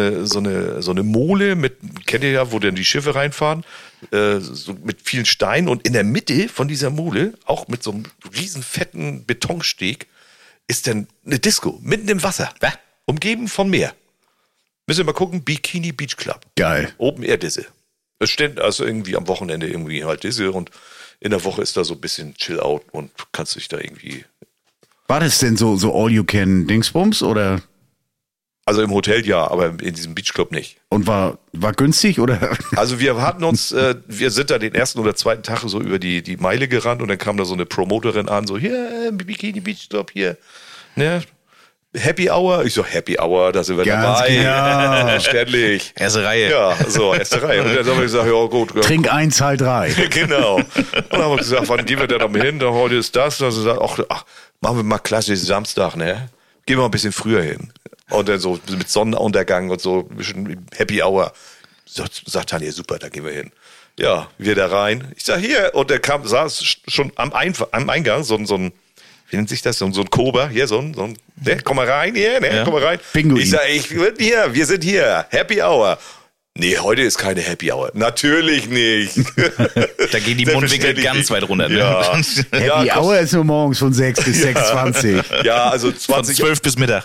eine Mole mit, kennt ihr ja, wo dann die Schiffe reinfahren, so mit vielen Steinen und in der Mitte von dieser Mole, auch mit so einem riesen fetten Betonsteg, ist dann eine Disco, mitten im Wasser, umgeben von Meer. Müssen wir mal gucken, Bikini Beach Club. Geil. Open Air Disse. Es steht also irgendwie am Wochenende irgendwie halt Disse und in der Woche ist da so ein bisschen Chill Out und kannst dich da irgendwie... War das denn so All-You-Can-Dingsbums oder? Also im Hotel ja, aber in diesem Beachclub nicht. Und war günstig oder? Also wir hatten uns, wir sind da den ersten oder zweiten Tag so über die Meile gerannt und dann kam da so eine Promoterin an, so hier, Bikini Beach Club hier, ne? Happy Hour. Ich so, Happy Hour, da sind wir Ganz dabei. genau. Ständig. Erste Reihe. Ja, so, erste Reihe. Und dann haben wir gesagt, ja gut. Trink 1, Zahl 3. Genau. Und dann haben wir gesagt, wann gehen wir denn noch hin? Heute ist das. Und dann gesagt, ach, machen wir mal klassisch Samstag, ne? Gehen wir mal ein bisschen früher hin. Und dann so mit Sonnenuntergang und so ein bisschen Happy Hour. Sagt Tanja, super, da gehen wir hin. Ja, wir da rein. Ich sag, hier. Und der saß schon am Eingang so ein wie nennt sich das? So ein Kober, hier, ne? Komm mal rein, hier, ne? Ja. Komm mal rein. Pinguin. Ich sag, wir sind hier, Happy Hour. Nee, heute ist keine Happy Hour. Natürlich nicht. Da gehen die Mundwinkel ganz weit runter. Ne? Ja. Happy Hour ist nur morgens von 6 bis 6,20. Ja, also Von 12 bis Mittag.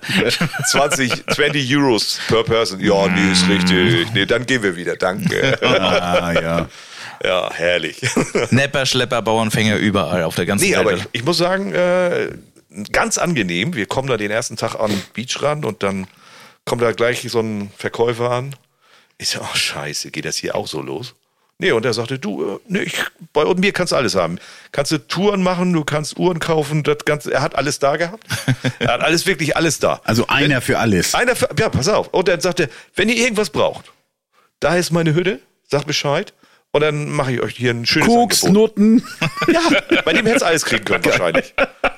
20 Euros per Person. Ja, nee, ist richtig. Nee, dann gehen wir wieder, danke. Ja. Ja, herrlich. Nepper, Schlepper, Bauernfänger, überall auf der ganzen Welt. Aber ich muss sagen, ganz angenehm. Wir kommen da den ersten Tag an den Beach ran und dann kommt da gleich so ein Verkäufer an. Ich so, scheiße, geht das hier auch so los? Nee, und er sagte, bei mir kannst du alles haben. Kannst du Touren machen, du kannst Uhren kaufen, das Ganze. Er hat alles da gehabt. Er hat wirklich alles da. Also einer für alles. Ja, pass auf. Und dann sagte, wenn ihr irgendwas braucht, da ist meine Hütte, sagt Bescheid. Und dann mache ich euch hier ein schönes Koks, Angebot. Nutten. Ja, bei dem hättest du alles kriegen können wahrscheinlich.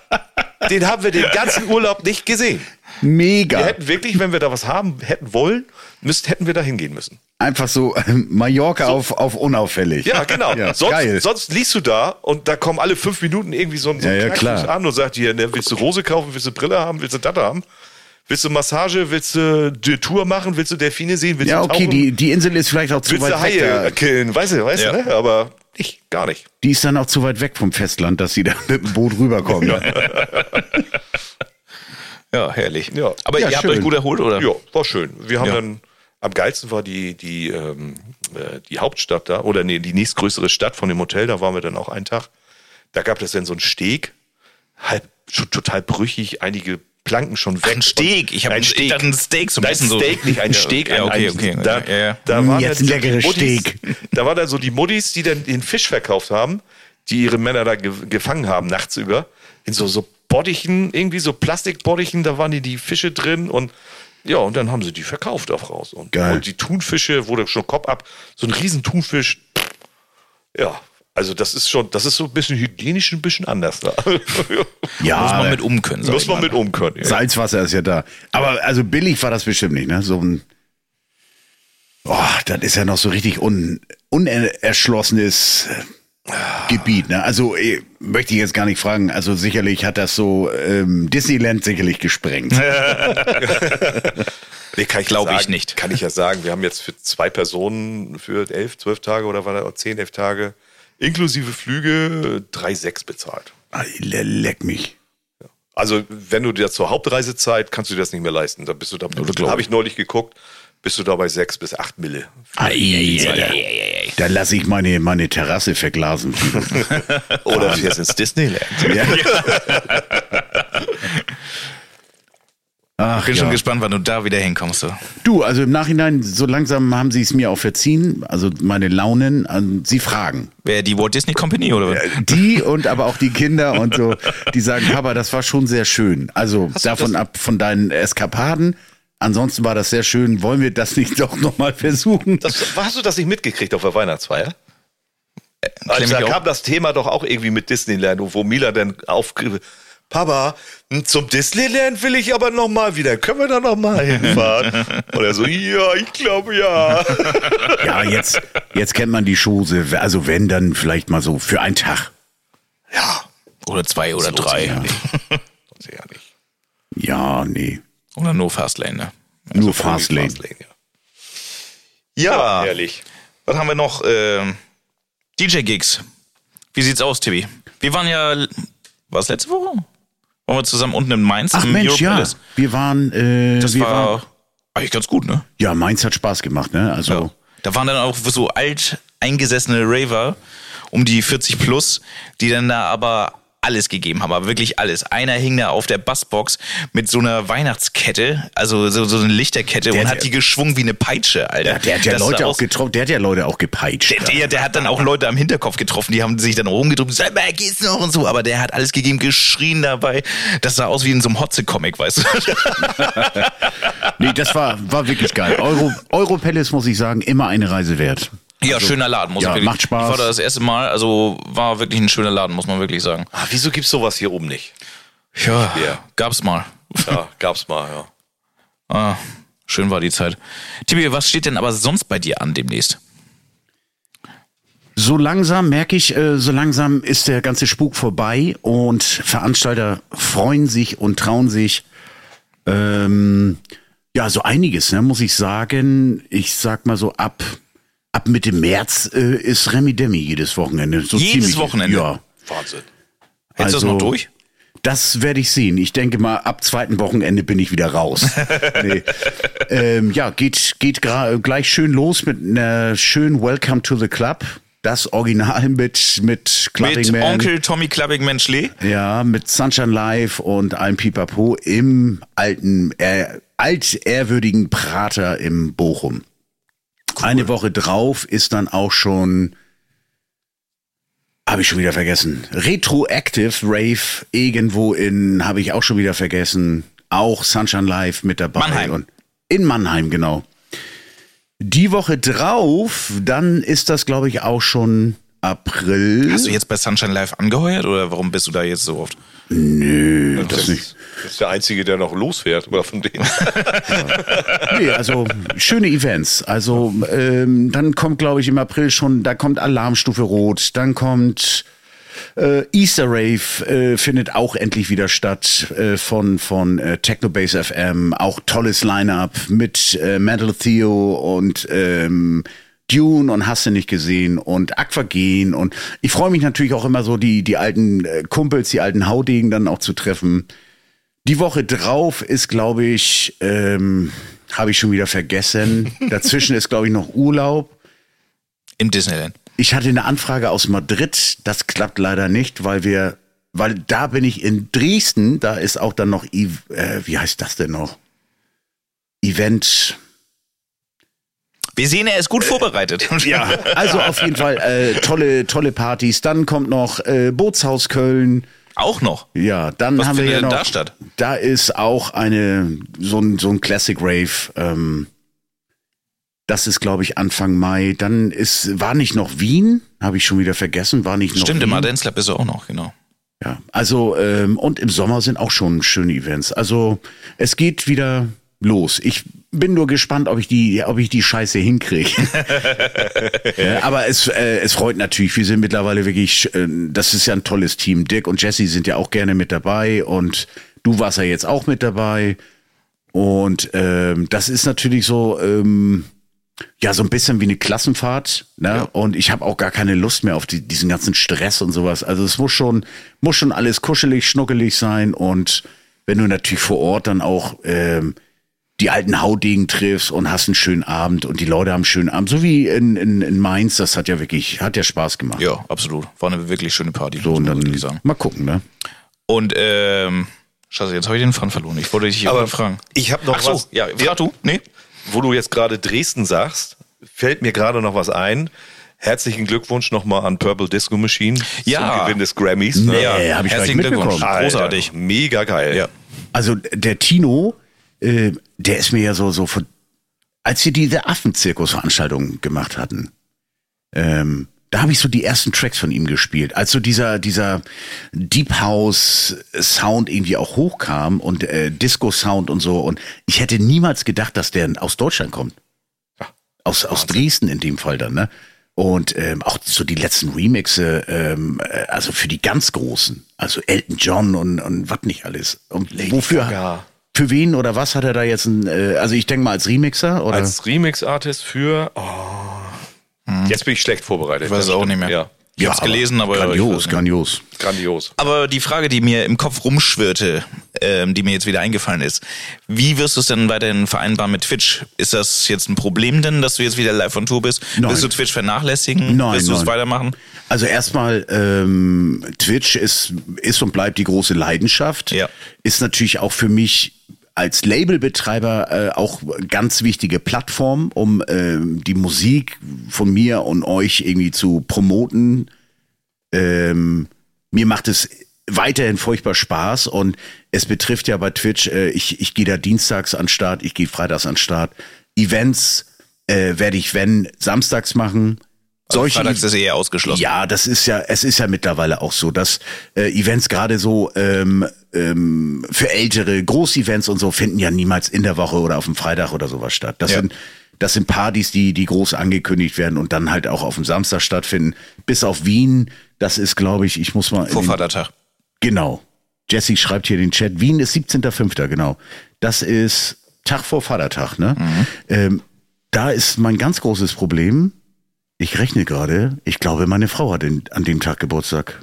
Den haben wir den ganzen Urlaub nicht gesehen. Mega. Wir hätten wirklich, wenn wir da was haben hätten wollen, hätten wir da hingehen müssen. Einfach so Mallorca auf unauffällig. Ja, genau. Ja, sonst liest du da und da kommen alle 5 Minuten irgendwie so ein klar. an und sagt dir, ne, willst du Rose kaufen, willst du Brille haben, willst du das haben? Willst du Massage, willst du die Tour machen, willst du Delfine sehen, willst du tauchen? Okay, die Insel ist vielleicht auch zu willst weit du Haie weg. killen, weißt du, ne? Aber gar nicht. Die ist dann auch zu weit weg vom Festland, dass sie da mit dem Boot rüberkommen. Ja, herrlich. Ja. Aber ihr habt euch gut erholt, oder? Ja, war schön. Wir haben dann, am geilsten war die Hauptstadt da, oder nee, die nächstgrößere Stadt von dem Hotel, da waren wir dann auch einen Tag. Da gab es dann so einen Steg, schon total brüchig, einige Planken schon weg. Ein Steg? Ich habe ein Steak, so ein bisschen so. Steak, nicht ein Steg. Ja, okay. Da waren jetzt ein leckeres Steak. Da waren dann so die Muddis, die dann den Fisch verkauft haben, die ihre Männer da gefangen haben, nachts über, in so Bottichen, irgendwie so Plastikbottichen, da waren die Fische drin und dann haben sie die verkauft auch raus. Und die Thunfische wurde schon Kopf ab, so ein riesen Thunfisch. Ja, also das ist so ein bisschen hygienisch, ein bisschen anders da. Ja, muss man mit umkönnen. Ja. Salzwasser ist ja da. Aber also billig war das bestimmt nicht, ne? So ein das ist ja noch so richtig unerschlossenes Gebiet, ne? Also möchte ich jetzt gar nicht fragen. Also sicherlich hat das so Disneyland sicherlich gesprengt. Nee, glaube ich nicht. Kann ich ja sagen. Wir haben jetzt für 2 Personen für 11, 12 Tage oder war das 10, 11 Tage inklusive Flüge 3,6 bezahlt. Leck mich. Also, wenn du dir zur Hauptreisezeit, kannst du dir das nicht mehr leisten. Da bist du da, habe ich neulich geguckt, bist du da bei 6 bis 8 Mille. Da lasse ich meine Terrasse verglasen. Oder fährst ins Disneyland. Ja. Ach, bin schon gespannt, wann du da wieder hinkommst. So. Du, also im Nachhinein, so langsam haben sie es mir auch verziehen, also meine Launen, sie fragen. Wer, die Walt Disney Company oder was? Die und aber auch die Kinder und so, die sagen, Papa, das war schon sehr schön. Also davon ab von deinen Eskapaden. Ansonsten war das sehr schön. Wollen wir das nicht doch nochmal versuchen? Hast du das nicht mitgekriegt auf der Weihnachtsfeier? Also da kam das Thema doch auch irgendwie mit Disneyland, wo Mila dann Papa, zum Disneyland will ich aber nochmal wieder. Können wir da nochmal hinfahren? Und er so, ja, ich glaube ja. Ja, jetzt kennt man die Chose. Also wenn, dann vielleicht mal so für einen Tag. Ja. Oder 2 oder 3. Ja. Ja, nee. Oder nur Fastlane, ne? Also nur Fastlane. Ja, ehrlich. Was haben wir noch? DJ-Gigs. Wie sieht's aus, Tibi? Wir waren ja, war es letzte Woche? Waren wir zusammen unten in Mainz? Ach Mensch, ja. Wir waren, das war eigentlich ganz gut, ne? Ja, Mainz hat Spaß gemacht, ne? Also. Ja. Da waren dann auch so alt eingesessene Raver um die 40 plus, die dann da aber alles gegeben haben, aber wirklich alles. Einer hing da auf der Bassbox mit so einer Weihnachtskette, also so eine Lichterkette und hat die geschwungen wie eine Peitsche, Alter. Der hat ja Leute auch getroffen, der hat ja Leute auch gepeitscht. Der hat dann auch Leute am Hinterkopf getroffen, die haben sich dann rumgedrückt, sag mal, geht's noch und so, aber der hat alles gegeben, geschrien dabei. Das sah aus wie in so einem Hotze-Comic, weißt du? Nee, das war wirklich geil. Europalace, muss ich sagen, immer eine Reise wert. Ja, also, schöner Laden, muss ich wirklich. Macht Spaß. Ich war da das erste Mal, also war wirklich ein schöner Laden, muss man wirklich sagen. Wieso gibt's sowas hier oben nicht? Ja, gab's mal. Ja, gab's mal, ja. Schön war die Zeit. Tibi, was steht denn aber sonst bei dir an demnächst? So langsam merke ich, so langsam ist der ganze Spuk vorbei und Veranstalter freuen sich und trauen sich, so einiges, ne, muss ich sagen. Ich sag mal so ab Mitte März ist Remi Demi jedes Wochenende. So jedes Wochenende? Ja. Wahnsinn. Hältst du das noch durch? Das werde ich sehen. Ich denke mal, ab 2. Wochenende bin ich wieder raus. Nee. Geht gleich schön los mit einer schönen Welcome to the Club. Das Original mit Clubbing Man. Mit Onkel Tommy Clubbing Man Schlee? Ja, mit Sunshine Live und allem Pipapo im altehrwürdigen Prater im Bochum. Cool. Eine Woche drauf ist dann auch schon, habe ich schon wieder vergessen, Retroactive Rave irgendwo habe ich auch schon wieder vergessen, auch Sunshine Live mit dabei. Mannheim. Und in Mannheim, genau. Die Woche drauf, dann ist das, glaube ich, auch schon April. Hast du jetzt bei Sunshine Live angeheuert oder warum bist du da jetzt so oft? Nö, das nicht. Das ist der Einzige, der noch losfährt, oder von denen. Nee, also schöne Events. Also dann kommt, glaube ich, im April schon, da kommt Alarmstufe Rot, dann kommt Easter Rave, findet auch endlich wieder statt von Technobase FM. Auch tolles Line-Up mit Mental Theo und Dune und hast du nicht gesehen und Aquagen und ich freue mich natürlich auch immer so die alten Kumpels, die alten Haudegen dann auch zu treffen. Die Woche drauf ist, glaube ich, habe ich schon wieder vergessen. Dazwischen ist, glaube ich, noch Urlaub. Im Disneyland. Ich hatte eine Anfrage aus Madrid, das klappt leider nicht, weil da bin ich in Dresden, da ist auch dann noch, wie heißt das denn noch? Event. Wir sehen, er ist gut vorbereitet. Ja, also auf jeden Fall tolle Partys. Dann kommt noch Bootshaus Köln. Auch noch? Ja, dann was haben wir ja noch. Da statt? Da ist auch so ein Classic Rave. Das ist, glaube ich, Anfang Mai. Dann war nicht noch Wien, habe ich schon wieder vergessen. War nicht noch. Stimmt, Wien. im Dance Club ist er auch noch, genau. Ja, also und im Sommer sind auch schon schöne Events. Also es geht wieder los. Ich bin nur gespannt, ob ich die Scheiße hinkriege. Ja, aber es freut natürlich. Wir sind mittlerweile wirklich, das ist ja ein tolles Team. Dirk und Jesse sind ja auch gerne mit dabei und du warst ja jetzt auch mit dabei. Und das ist natürlich so, Ja, so ein bisschen wie eine Klassenfahrt, ne? Ja. Und ich habe auch gar keine Lust mehr auf diesen ganzen Stress und sowas. Also es muss schon alles kuschelig, schnuckelig sein. Und wenn du natürlich vor Ort dann auch die alten Haudegen triffst und hast einen schönen Abend und die Leute haben einen schönen Abend, so wie in Mainz, das hat ja Spaß gemacht. Ja, absolut. War eine wirklich schöne Party. So, und dann sagen. Mal gucken, ne? Und Scheiße, jetzt habe ich den Faden verloren. Ich wollte dich hier fragen. Ich habe noch was. Ja, frag du? Nee? Wo du jetzt gerade Dresden sagst, fällt mir gerade noch was ein. Herzlichen Glückwunsch nochmal an Purple Disco Machine zum Gewinn des Grammys. Nee, hab ich herzlichen Glückwunsch. Großartig. Mega geil. Ja. Also der Tino, der ist mir ja so von, als wir diese Affenzirkus-Veranstaltung gemacht hatten, da habe ich so die ersten Tracks von ihm gespielt. Als so dieser Deep House Sound irgendwie auch hochkam und Disco Sound und so. Und ich hätte niemals gedacht, dass der aus Deutschland kommt. Ja. Aus Dresden in dem Fall dann, ne? Und auch so die letzten Remixe, also für die ganz Großen. Also Elton John und was nicht alles. Und wofür? Gaga. Für wen oder was hat er da jetzt also ich denke mal als Remixer? Oder? Als Remix-Artist für... Jetzt bin ich schlecht vorbereitet. Ich weiß es auch nicht mehr. Ja. Ich hab's gelesen, aber... Grandios. Aber die Frage, die mir im Kopf rumschwirrte, die mir jetzt wieder eingefallen ist, wie wirst du es denn weiterhin vereinbaren mit Twitch? Ist das jetzt ein Problem denn, dass du jetzt wieder live on Tour bist? Nein. Willst du Twitch vernachlässigen? Nein, Willst du es weitermachen? Also erstmal, Twitch ist und bleibt die große Leidenschaft. Ja. Ist natürlich auch für mich als Labelbetreiber auch ganz wichtige Plattform, um die Musik von mir und euch irgendwie zu promoten. Mir macht es weiterhin furchtbar Spaß und es betrifft ja bei Twitch, ich gehe da dienstags an den Start, ich gehe freitags an den Start. Events werde ich, samstags machen. Solche Freitags ist eher ausgeschlossen. Ja, es ist ja mittlerweile auch so, dass Events gerade so für ältere Großevents und so finden ja niemals in der Woche oder auf dem Freitag oder sowas statt. Das sind Partys, die groß angekündigt werden und dann halt auch auf dem Samstag stattfinden. Bis auf Wien, das ist, glaube ich muss mal... Vor Vatertag. Genau. Jessie schreibt hier in den Chat, Wien ist 17.05., genau. Das ist Tag vor Vatertag, ne? Mhm. Da ist mein ganz großes Problem... Ich rechne gerade, ich glaube, meine Frau hat an dem Tag Geburtstag.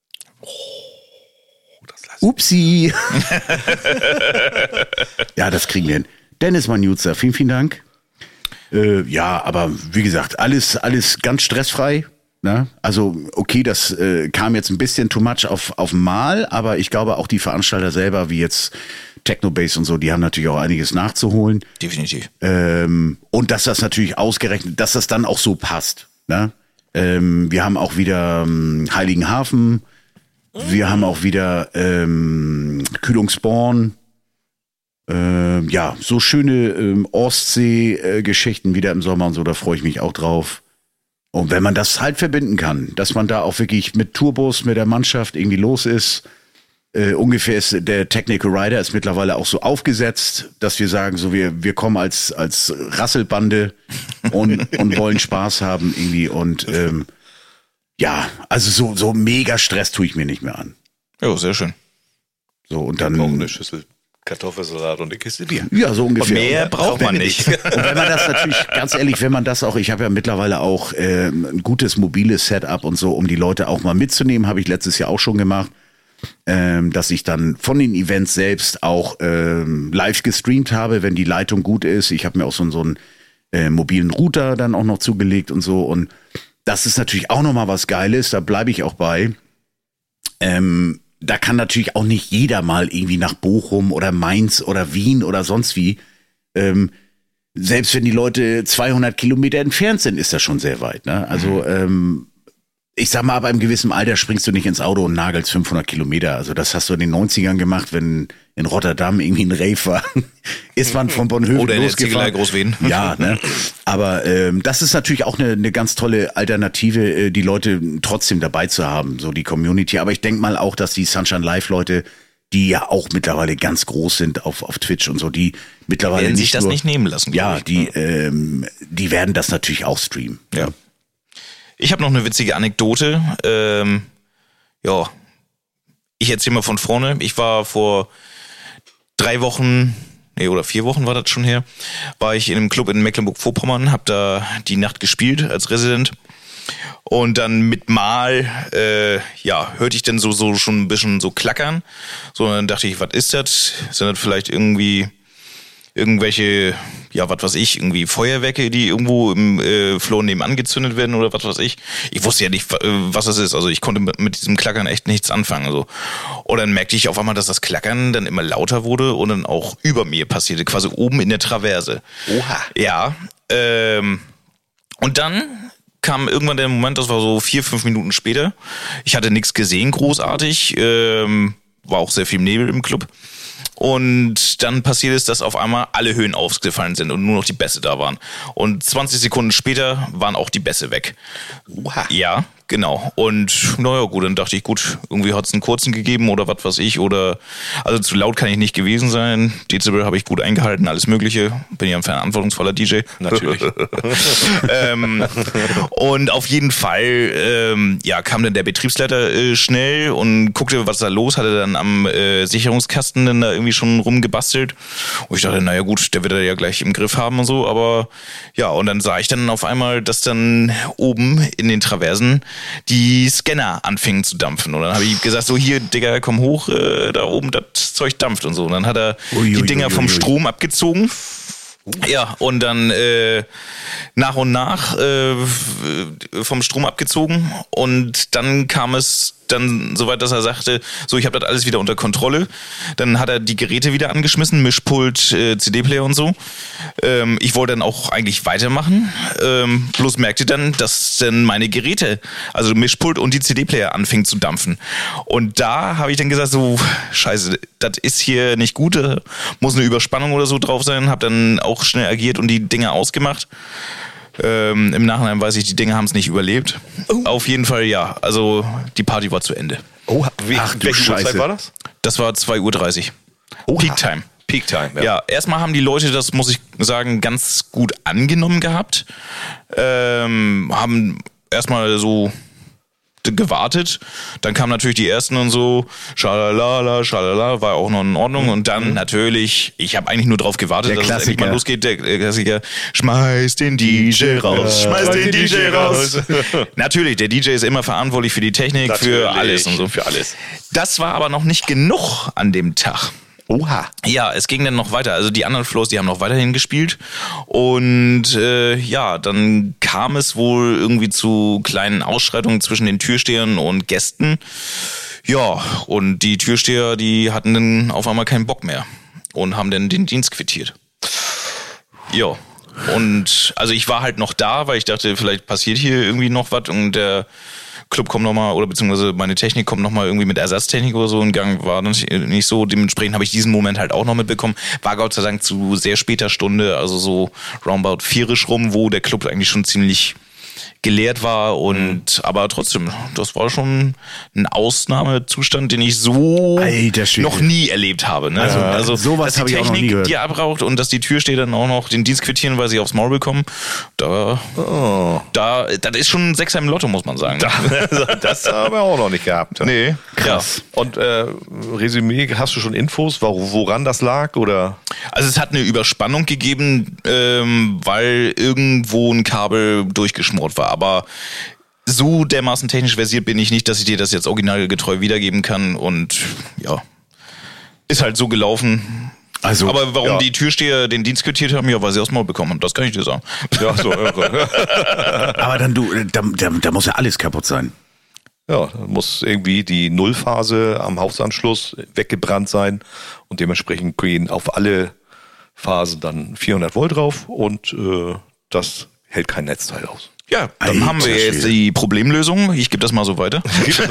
Upsi. Ja, das kriegen wir hin. Dennis Manjutzer, vielen, vielen Dank. Ja, aber wie gesagt, alles ganz stressfrei. Ne? Also okay, das kam jetzt ein bisschen too much auf Mal, aber ich glaube auch die Veranstalter selber, wie jetzt Technobase und so, die haben natürlich auch einiges nachzuholen. Definitiv. Und dass das natürlich ausgerechnet, dass das dann auch so passt. Ne? Wir haben auch wieder Heiligenhafen, wir haben auch wieder Kühlungsborn. Ja, so schöne Ostsee-Geschichten wieder im Sommer und so, da freue ich mich auch drauf. Und wenn man das halt verbinden kann, dass man da auch wirklich mit Tourbus, mit der Mannschaft irgendwie los ist, ungefähr ist der Technical Rider ist mittlerweile auch so aufgesetzt, dass wir sagen, so wir kommen als Rasselbande und wollen Spaß haben irgendwie und ja, also so mega Stress tue ich mir nicht mehr an. Ja, sehr schön. So und dann auch eine Schüssel Kartoffelsalat und eine Kiste Bier. Ja, so ungefähr. Und mehr braucht man nicht. Und wenn man das natürlich, ganz ehrlich, wenn man das auch, ich habe ja mittlerweile auch ein gutes mobiles Setup und so, um die Leute auch mal mitzunehmen, habe ich letztes Jahr auch schon gemacht, dass ich dann von den Events selbst auch live gestreamt habe, wenn die Leitung gut ist. Ich habe mir auch so einen mobilen Router dann auch noch zugelegt und so und das ist natürlich auch nochmal was Geiles, da bleibe ich auch bei. Da kann natürlich auch nicht jeder mal irgendwie nach Bochum oder Mainz oder Wien oder sonst wie. Selbst wenn die Leute 200 Kilometer entfernt sind, ist das schon sehr weit. Ne? Also ich sag mal, ab einem gewissen Alter springst du nicht ins Auto und nagelst 500 Kilometer. Also das hast du in den 90ern gemacht, wenn in Rotterdam irgendwie ein Rave war. Ist man von Bonhoeffer oder in losgefahren. Der Großweden. Ja, ne? Aber das ist natürlich auch eine ganz tolle Alternative, die Leute trotzdem dabei zu haben, so die Community. Aber ich denke mal auch, dass die Sunshine Live Leute, die ja auch mittlerweile ganz groß sind auf Twitch und so, die mittlerweile werden nicht sich das nur, nicht nehmen lassen. Ja, die werden das natürlich auch streamen. Ja. Ich habe noch eine witzige Anekdote. Ja, ich erzähle mal von vorne. Ich war vor 3 Wochen oder 4 Wochen war das schon her, war ich in einem Club in Mecklenburg-Vorpommern, habe da die Nacht gespielt als Resident. Und dann mit Mal, hörte ich dann so schon ein bisschen so klackern. So, und dann dachte ich, was ist das? Sind das vielleicht irgendwelche, was weiß ich, irgendwie Feuerwerke, die irgendwo im Flur nebenan gezündet werden oder was weiß ich. Ich wusste ja nicht, was das ist. Also ich konnte mit diesem Klackern echt nichts anfangen. So. Und dann merkte ich auf einmal, dass das Klackern dann immer lauter wurde und dann auch über mir passierte, quasi oben in der Traverse. Oha. Ja. Und dann kam irgendwann der Moment, das war so 4-5 Minuten später. Ich hatte nichts gesehen, großartig. War auch sehr viel Nebel im Club. Und dann passiert es, dass auf einmal alle Höhen ausgefallen sind und nur noch die Bässe da waren. Und 20 Sekunden später waren auch die Bässe weg. Oha. Ja, genau. Und naja, gut, dann dachte ich, gut, irgendwie hat es einen kurzen gegeben oder was weiß ich. Oder also zu laut kann ich nicht gewesen sein. Dezibel habe ich gut eingehalten, alles Mögliche. Bin ja ein verantwortungsvoller DJ. Natürlich. Und auf jeden Fall kam dann der Betriebsleiter schnell und guckte, was da los, hatte dann am Sicherungskasten dann da irgendwie schon rumgebastelt. Und ich dachte, naja gut, der wird er ja gleich im Griff haben und so. Aber ja, und dann sah ich dann auf einmal, dass dann oben in den Traversen die Scanner anfingen zu dampfen. Und dann habe ich gesagt, so hier, Digga, komm hoch, da oben das Zeug dampft und so. Und dann hat er die Dinger vom Strom abgezogen. Ja, und dann nach und nach vom Strom abgezogen und dann kam es dann so weit, dass er sagte, so, ich habe das alles wieder unter Kontrolle. Dann hat er die Geräte wieder angeschmissen, Mischpult, CD-Player und so. Ich wollte dann auch eigentlich weitermachen, bloß merkte dann, dass dann meine Geräte, also Mischpult und die CD-Player anfingen zu dampfen. Und da habe ich dann gesagt, so, scheiße, das ist hier nicht gut, muss eine Überspannung oder so drauf sein. Habe dann auch schnell agiert und die Dinger ausgemacht. Im Nachhinein weiß ich, die Dinge haben es nicht überlebt. Auf jeden Fall ja. Also die Party war zu Ende. Oh, welche Uhrzeit war das? Das war 2:30 Uhr. Peak Time. Peak Time, Ja, erstmal haben die Leute das, muss ich sagen, ganz gut angenommen gehabt. Haben erstmal so gewartet. Dann kamen natürlich die ersten und so, schalala, war auch noch in Ordnung. Und dann natürlich, ich habe eigentlich nur drauf gewartet, dass es endlich mal losgeht. Der Klassiker, schmeiß den DJ raus, schmeiß den DJ raus. Natürlich, der DJ ist immer verantwortlich für die Technik, natürlich, für alles und so. Für alles. Das war aber noch nicht genug an dem Tag. Oha. Ja, es ging dann noch weiter. Also die anderen Floors, die haben noch weiterhin gespielt. Und dann kam es wohl irgendwie zu kleinen Ausschreitungen zwischen den Türstehern und Gästen. Ja, und die Türsteher, die hatten dann auf einmal keinen Bock mehr und haben dann den Dienst quittiert. Ja. Und also ich war halt noch da, weil ich dachte, vielleicht passiert hier irgendwie noch was und der Club kommt nochmal, oder beziehungsweise meine Technik kommt nochmal irgendwie mit Ersatztechnik oder so in Gang, war das nicht so. Dementsprechend habe ich diesen Moment halt auch noch mitbekommen. War Gott sei Dank zu sehr später Stunde, also so roundabout 4-isch rum, wo der Club eigentlich schon ziemlich geleert war und aber trotzdem, das war schon ein Ausnahmezustand, den ich so noch nie erlebt habe. Ne? Also sowas habe ich auch noch nie gehört. Die abbraucht und dass die Türsteher dann auch noch den Dienst quittieren, weil sie aufs Maul bekommen, das ist schon ein Sechser im Lotto, muss man sagen. Das haben wir auch noch nicht gehabt. Nee. Krass. Ja. Und Resümee, hast du schon Infos, woran das lag? Oder? Also es hat eine Überspannung gegeben, weil irgendwo ein Kabel durchgeschmort war. Aber so dermaßen technisch versiert bin ich nicht, dass ich dir das jetzt originalgetreu wiedergeben kann. Und ja, ist halt so gelaufen. Also, aber warum die Türsteher den Dienst quittiert haben, ja, weil sie aufs Maul bekommen haben, das kann ich dir sagen. Ja, so. Aber dann da muss ja alles kaputt sein. Ja, da muss irgendwie die Nullphase am Hausanschluss weggebrannt sein und dementsprechend gehen auf alle Phasen dann 400 Volt drauf und das hält kein Netzteil aus. Ja, dann haben wir jetzt die Problemlösung. Ich gebe das mal so weiter.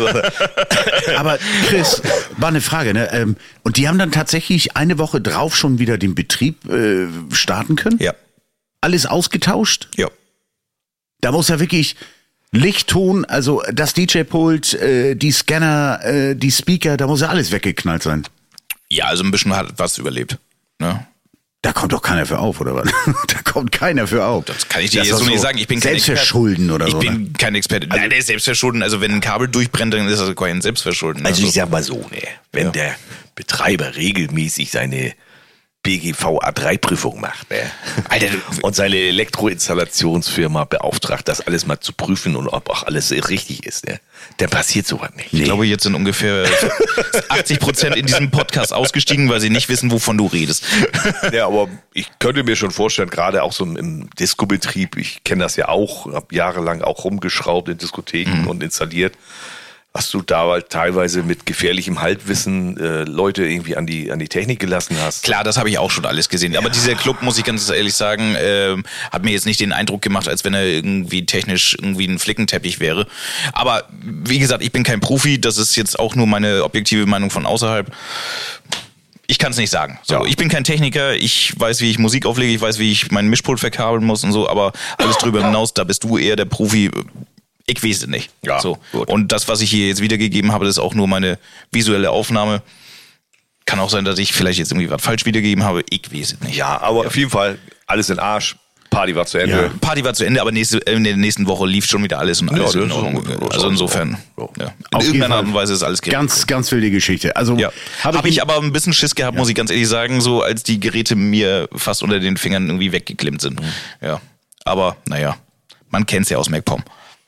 Aber Chris, war eine Frage, ne? Und die haben dann tatsächlich eine Woche drauf schon wieder den Betrieb starten können? Ja. Alles ausgetauscht? Ja. Da muss ja wirklich Lichtton, also das DJ-Pult, die Scanner, die Speaker, da muss ja alles weggeknallt sein. Ja, also ein bisschen hat was überlebt. Ne? Da kommt doch keiner für auf, oder was? Da kommt keiner für auf. Das kann ich dir jetzt so nicht sagen. Ich bin kein Selbstverschulden oder so. Ich bin kein Experte. Nein, der ist Selbstverschulden. Also wenn ein Kabel durchbrennt, dann ist das kein Selbstverschulden. Also ich sag mal so, ne, wenn der Betreiber regelmäßig seine BGV A3-Prüfung macht, ne? Alter, und seine Elektroinstallationsfirma beauftragt, das alles mal zu prüfen und ob auch alles richtig ist, ne? Dann passiert sowas nicht. Ich glaube, jetzt sind ungefähr 80% in diesem Podcast ausgestiegen, weil sie nicht wissen, wovon du redest. Ja, aber ich könnte mir schon vorstellen, gerade auch so im Disco-Betrieb, ich kenne das ja auch, habe jahrelang auch rumgeschraubt in Diskotheken und installiert, was du da teilweise mit gefährlichem Halbwissen Leute irgendwie an die Technik gelassen hast. Klar, das habe ich auch schon alles gesehen. Aber dieser Club, muss ich ganz ehrlich sagen, hat mir jetzt nicht den Eindruck gemacht, als wenn er irgendwie technisch irgendwie ein Flickenteppich wäre. Aber wie gesagt, ich bin kein Profi. Das ist jetzt auch nur meine objektive Meinung von außerhalb. Ich kann es nicht sagen. So, ja. Ich bin kein Techniker. Ich weiß, wie ich Musik auflege. Ich weiß, wie ich meinen Mischpult verkabeln muss und so. Aber alles drüber hinaus, da bist du eher der Profi. Ich weiß es nicht. Ja, so. Gut. Und das, was ich hier jetzt wiedergegeben habe, das ist auch nur meine visuelle Aufnahme. Kann auch sein, dass ich vielleicht jetzt irgendwie was falsch wiedergegeben habe. Ich weiß es nicht. Ja, aber auf jeden Fall alles in Arsch. Party war zu Ende. Ja. Party war zu Ende, aber in der nächsten Woche lief schon wieder alles und alles in Ordnung. Also insofern. Ja. In irgendeiner Art und Weise ist alles geregelt. Ganz, ganz wilde Geschichte. Also ja. Habe ich aber ein bisschen Schiss gehabt, muss ich ganz ehrlich sagen, so als die Geräte mir fast unter den Fingern irgendwie weggeklemmt sind. Ja. Aber naja, man kennt es ja aus MacPom.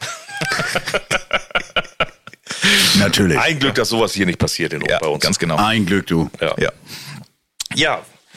Natürlich. Ein Glück, dass sowas hier nicht passiert bei uns. Ganz genau. Ein Glück, du. Ja.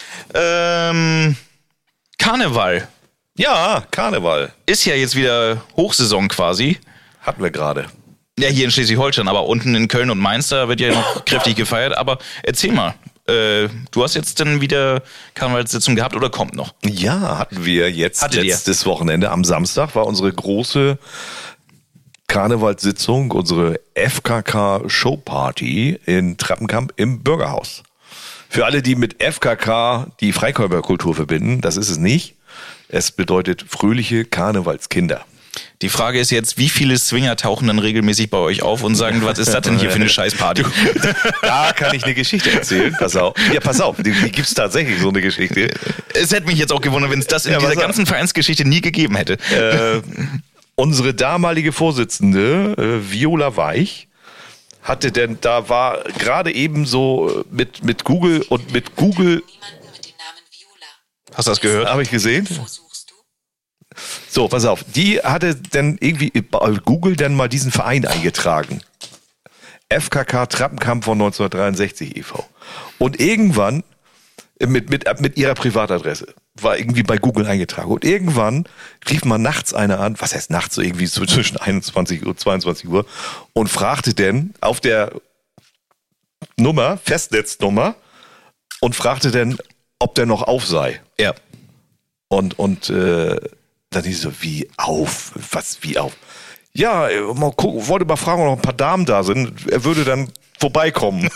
Karneval. Ja, Karneval. Ist ja jetzt wieder Hochsaison quasi. Hatten wir gerade. Ja, hier in Schleswig-Holstein, aber unten in Köln und Mainz, da wird ja noch kräftig gefeiert. Aber erzähl mal, du hast jetzt dann wieder Karnevalssitzung gehabt oder kommt noch? Ja, hatten wir jetzt letztes Wochenende. Am Samstag war unsere große Karnevalssitzung, unsere FKK-Showparty in Trappenkamp im Bürgerhaus. Für alle, die mit FKK die Freikäuferkultur verbinden, das ist es nicht. Es bedeutet fröhliche Karnevalskinder. Die Frage ist jetzt, wie viele Swinger tauchen dann regelmäßig bei euch auf und sagen, was ist das denn hier für eine Scheißparty? Da kann ich eine Geschichte erzählen. Pass auf. Ja, pass auf. Die gibt's tatsächlich, so eine Geschichte. Es hätte mich jetzt auch gewundert, wenn es das in dieser ganzen Vereinsgeschichte nie gegeben hätte. Unsere damalige Vorsitzende, Viola Weich, da war gerade eben so mit Google und mit Google. Hast du das gehört? Habe ich gesehen. So, pass auf. Die hatte dann irgendwie bei Google dann mal diesen Verein eingetragen. FKK Trappenkamp von 1963 e.V. Und irgendwann mit ihrer Privatadresse war irgendwie bei Google eingetragen. Und irgendwann rief man nachts einer an, was heißt nachts, so irgendwie so zwischen 21 Uhr, 22 Uhr, und fragte dann auf der Nummer, Festnetznummer, und fragte dann, ob der noch auf sei. Ja. Und dann hieß es so, wie auf? Was, wie auf? Ja, mal gucken, wollte mal fragen, ob noch ein paar Damen da sind. Er würde dann vorbeikommen.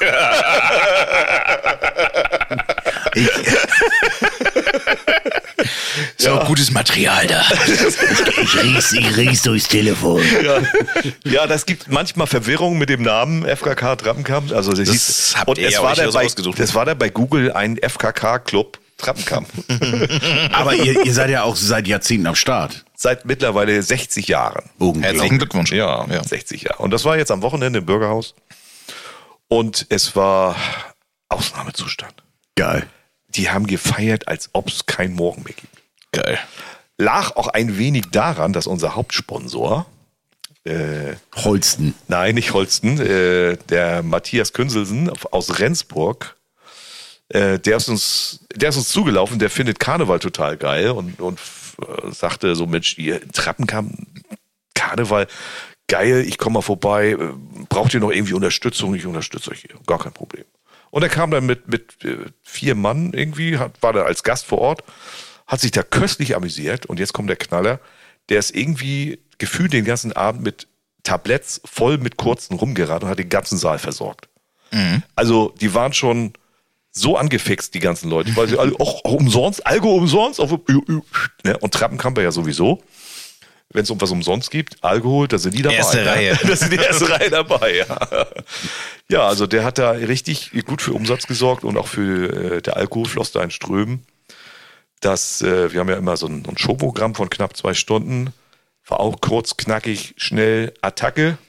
So gutes Material da. Ich riech's durchs Telefon. Ja, das gibt manchmal Verwirrung mit dem Namen FKK Trappenkamp. Also das war da bei Google ein FKK-Club Trappenkamp. Aber ihr seid ja auch seit Jahrzehnten am Start. Seit mittlerweile 60 Jahren. Herzlichen Glückwunsch. Ja, 60 Jahre. Und das war jetzt am Wochenende im Bürgerhaus. Und es war Ausnahmezustand. Geil. Die haben gefeiert, als ob es kein Morgen mehr gibt. Geil. Lag auch ein wenig daran, dass unser Hauptsponsor Holsten. Nein, nicht Holsten. Der Matthias Künselsen aus Rendsburg, der ist uns zugelaufen, der findet Karneval total geil und sagte so, Mensch, ihr Trappenkamp, Karneval, geil, ich komme mal vorbei, braucht ihr noch irgendwie Unterstützung? Ich unterstütze euch hier, gar kein Problem. Und er kam dann mit 4 Mann irgendwie, war da als Gast vor Ort, hat sich da köstlich amüsiert und jetzt kommt der Knaller, der ist irgendwie gefühlt den ganzen Abend mit Tabletts voll mit kurzen rumgeraten und hat den ganzen Saal versorgt. Mhm. Also die waren schon so angefixt, die ganzen Leute, weil sie alle auch umsonst, Alkohol umsonst, und Trappenkamp ja sowieso. Wenn es was umsonst gibt, Alkohol, da sind die dabei. Erste Reihe. Da sind die erste Reihe dabei, ja. Ja, also der hat da richtig gut für Umsatz gesorgt und auch für der Alkohol floss da in Strömen. Wir haben ja immer so ein Showprogramm von knapp 2 Stunden. War auch kurz, knackig, schnell, Attacke.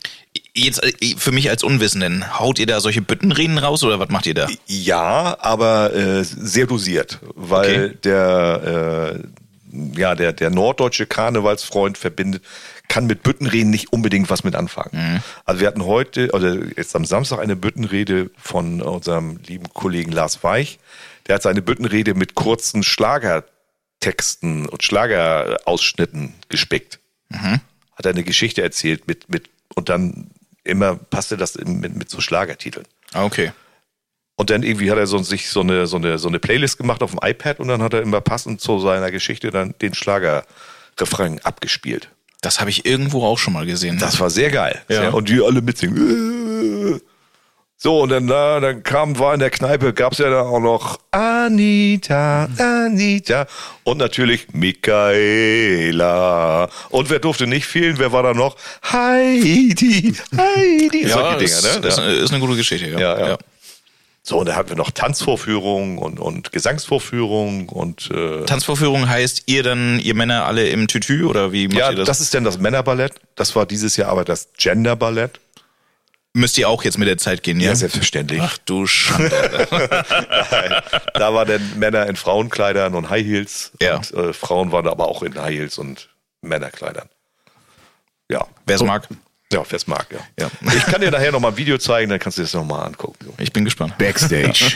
Jetzt für mich als Unwissenden, haut ihr da solche Büttenreden raus oder was macht ihr da? Ja, aber sehr dosiert, weil der norddeutsche Karnevalsfreund kann mit Büttenreden nicht unbedingt was mit anfangen. Also wir hatten jetzt am Samstag eine Büttenrede von unserem lieben Kollegen Lars Weich. Der hat seine Büttenrede mit kurzen Schlagertexten und Schlagerausschnitten gespickt. Hat er eine Geschichte erzählt und dann immer passte das mit so Schlagertiteln. Ah, okay. Und dann irgendwie hat er sich so eine Playlist gemacht auf dem iPad und dann hat er immer passend zu seiner Geschichte dann den Schlagerrefrain abgespielt. Das habe ich irgendwo auch schon mal gesehen. Das war sehr geil. Ja. Und die alle mitsingen. So, und dann war in der Kneipe, gab's ja dann auch noch Anita und natürlich Michaela. Und wer durfte nicht fehlen? Wer war da noch? Heidi. Ja, solche Dinger, ne? Ist eine gute Geschichte, Ja. So, und da hatten wir noch Tanzvorführungen und Gesangsvorführungen und Tanzvorführung heißt ihr Männer alle im Tütü oder wie macht ihr das? Das ist dann das Männerballett. Das war dieses Jahr aber das Genderballett. Müsst ihr auch jetzt mit der Zeit gehen, ja? Ja, selbstverständlich. Ach du Schande. Da waren dann Männer in Frauenkleidern und High Heels. Ja. Und Frauen waren aber auch in High Heels und Männerkleidern. Ja. Wer es mag. Ja, wer es mag, ja. Ich kann dir nachher nochmal ein Video zeigen, dann kannst du das nochmal angucken. Ich bin gespannt. Backstage.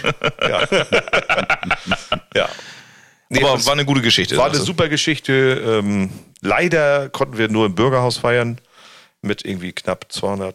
Ja. Nee, Aber war eine gute Geschichte. War eine super Geschichte. Leider konnten wir nur im Bürgerhaus feiern mit irgendwie knapp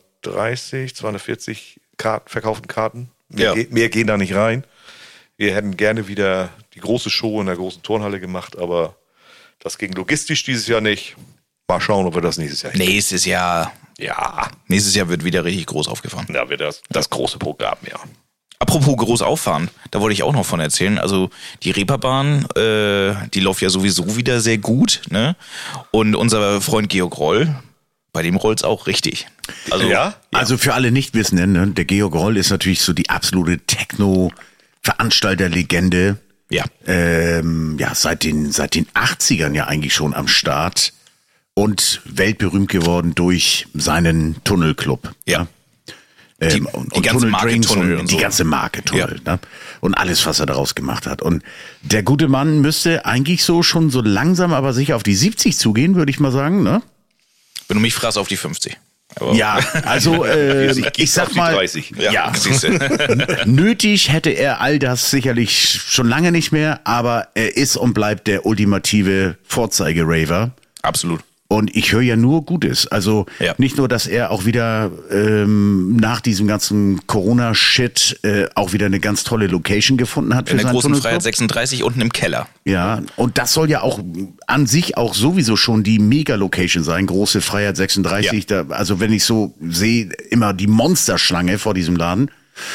240 verkauften Karten. Mehr gehen da nicht rein. Wir hätten gerne wieder die große Show in der großen Turnhalle gemacht, aber das ging logistisch dieses Jahr nicht. Mal schauen, ob wir das nächstes Jahr hinkriegen. Nächstes Jahr wird wieder richtig groß aufgefahren. Da wird das große Programm, ja. Apropos groß auffahren, da wollte ich auch noch von erzählen. Also die Reeperbahn, die läuft ja sowieso wieder sehr gut, ne? Und unser Freund Georg Roll, bei dem rollt's auch richtig. Also, Also für alle Nichtwissenden, ne? Der Georg Roll ist natürlich so die absolute Techno-Veranstalter-Legende. Ja. Seit den 80ern ja eigentlich schon am Start und weltberühmt geworden durch seinen Tunnelclub. Ja. Die ganze Marke Tunnel und die so. ganze Marke Tunnel, ne? Und alles, was er daraus gemacht hat. Und der gute Mann müsste eigentlich schon so langsam, aber sicher auf die 70 zugehen, würde ich mal sagen, ne? Wenn du mich fragst, auf die 50. Aber Ja, also ich sag mal, 30. ja, siehste. nötig hätte er all das sicherlich schon lange nicht mehr, aber er ist und bleibt der ultimative Vorzeige-Raver. Absolut. Und ich höre ja nur Gutes. Also Ja. nicht nur, dass er auch wieder nach diesem ganzen Corona-Shit auch wieder eine ganz tolle Location gefunden hat für In der seinen großen Tunnelclub. Freiheit 36 unten im Keller. Ja, und das soll ja auch an sich auch sowieso schon die Mega-Location sein, große Freiheit 36. Ja. Da, also wenn ich so sehe, immer die Monsterschlange vor diesem Laden.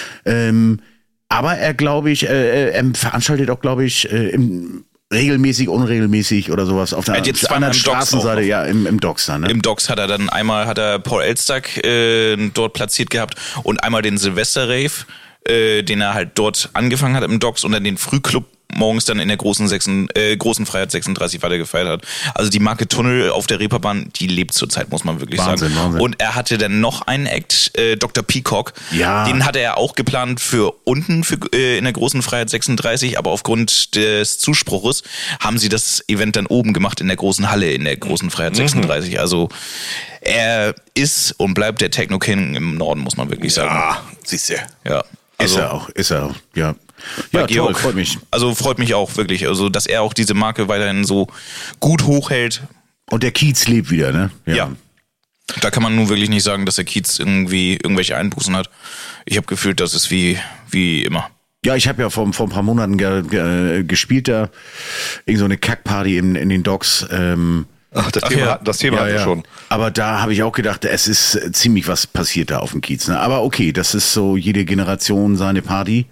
Aber er, glaube ich, er veranstaltet auch, glaube ich, regelmäßig, unregelmäßig oder sowas auf der hat jetzt zweimal anderen im Docks Straßenseite, auch noch. ja, im Docks dann, ne? Im Docks hat er dann einmal Paul Elstag dort platziert gehabt und einmal den Silvester-Rave, den er halt dort angefangen hat im Docks und dann den Frühclub morgens dann in der großen Freiheit 36 weiter gefeiert hat. Also die Marke Tunnel auf der Reeperbahn, die lebt zurzeit, muss man wirklich sagen. Wahnsinn. Und er hatte dann noch einen Act, Dr. Peacock. Ja. Den hatte er auch geplant für unten in der großen Freiheit 36, aber aufgrund des Zuspruches haben sie das Event dann oben gemacht in der großen Halle in der großen Freiheit 36. Also er ist und bleibt der Techno-King im Norden, muss man wirklich sagen. Ah, siehst du. Ja. Also, Ist er auch, ja. bei Ja, Georg, toll, freut mich. Also freut mich auch wirklich, also dass er auch diese Marke weiterhin so gut hochhält. Und der Kiez lebt wieder, ne? Ja. Da kann man nun wirklich nicht sagen, dass der Kiez irgendwie irgendwelche Einbußen hat. Ich habe gefühlt, das ist wie immer. Ja, ich habe ja vor ein paar Monaten gespielt da, irgend so eine Kackparty in den Docks. Ach, das Thema hatten wir schon. Aber da habe ich auch gedacht, es ist ziemlich was passiert da auf dem Kiez. Ne? Aber okay, das ist so jede Generation seine Party.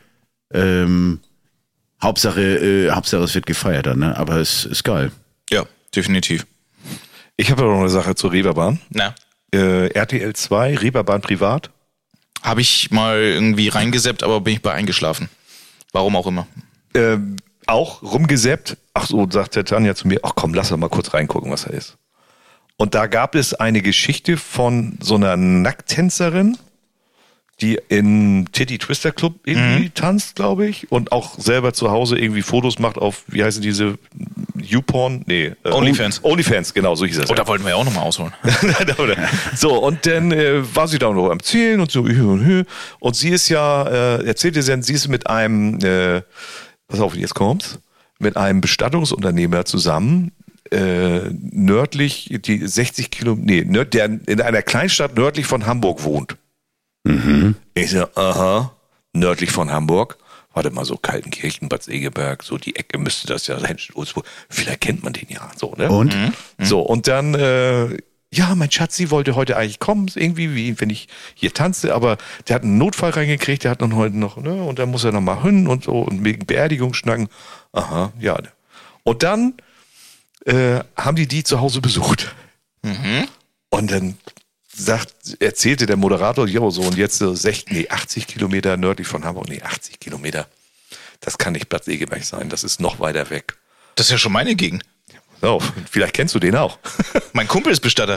Hauptsache es wird gefeiert dann, ne? Aber es ist geil. Ja, definitiv. Ich habe noch eine Sache zur Reeperbahn. Na, RTL 2, Reeperbahn privat. habe ich mal irgendwie reingeseppt, aber bin ich bei eingeschlafen. Warum auch immer. Auch rumgesäppt. Ach so, sagt der Tanja zu mir, ach komm, lass doch mal kurz reingucken, was da ist. Und da gab es eine Geschichte von so einer Nackttänzerin, die im Titty Twister Club irgendwie tanzt, glaube ich, und auch selber zu Hause irgendwie Fotos macht auf, wie heißen diese, YouPorn? Nee. OnlyFans. OnlyFans, genau, so hieß das. Oh, da wollten wir ja auch nochmal ausholen. So, und dann war sie da noch am Zählen und so, und sie ist ja, erzählte sie, sie ist mit einem, pass auf, jetzt kommt's, mit einem Bestattungsunternehmer zusammen, nördlich, die 60 Kilometer, der in einer Kleinstadt nördlich von Hamburg wohnt. Mhm. Ich so, aha, nördlich von Hamburg. Warte mal, so Kaltenkirchen, Bad Segeberg, so die Ecke müsste das ja sein. Vielleicht kennt man den ja, so, ne? Und? So, und dann, ja, mein Schatzi wollte heute eigentlich kommen, irgendwie, wie wenn ich hier tanze, aber der hat einen Notfall reingekriegt, der hat dann heute noch, ne, und dann muss er noch mal hin und so und wegen Beerdigung schnacken. Aha, ja. Und dann haben die zu Hause besucht. Mhm. Und dann erzählte der Moderator, ja, so, und jetzt 80 Kilometer nördlich von Hamburg, 80 Kilometer. Das kann nicht Bad Segeberg sein, das ist noch weiter weg. Das ist ja schon meine Gegend. So, vielleicht kennst du den auch. Mein Kumpel ist Bestatter.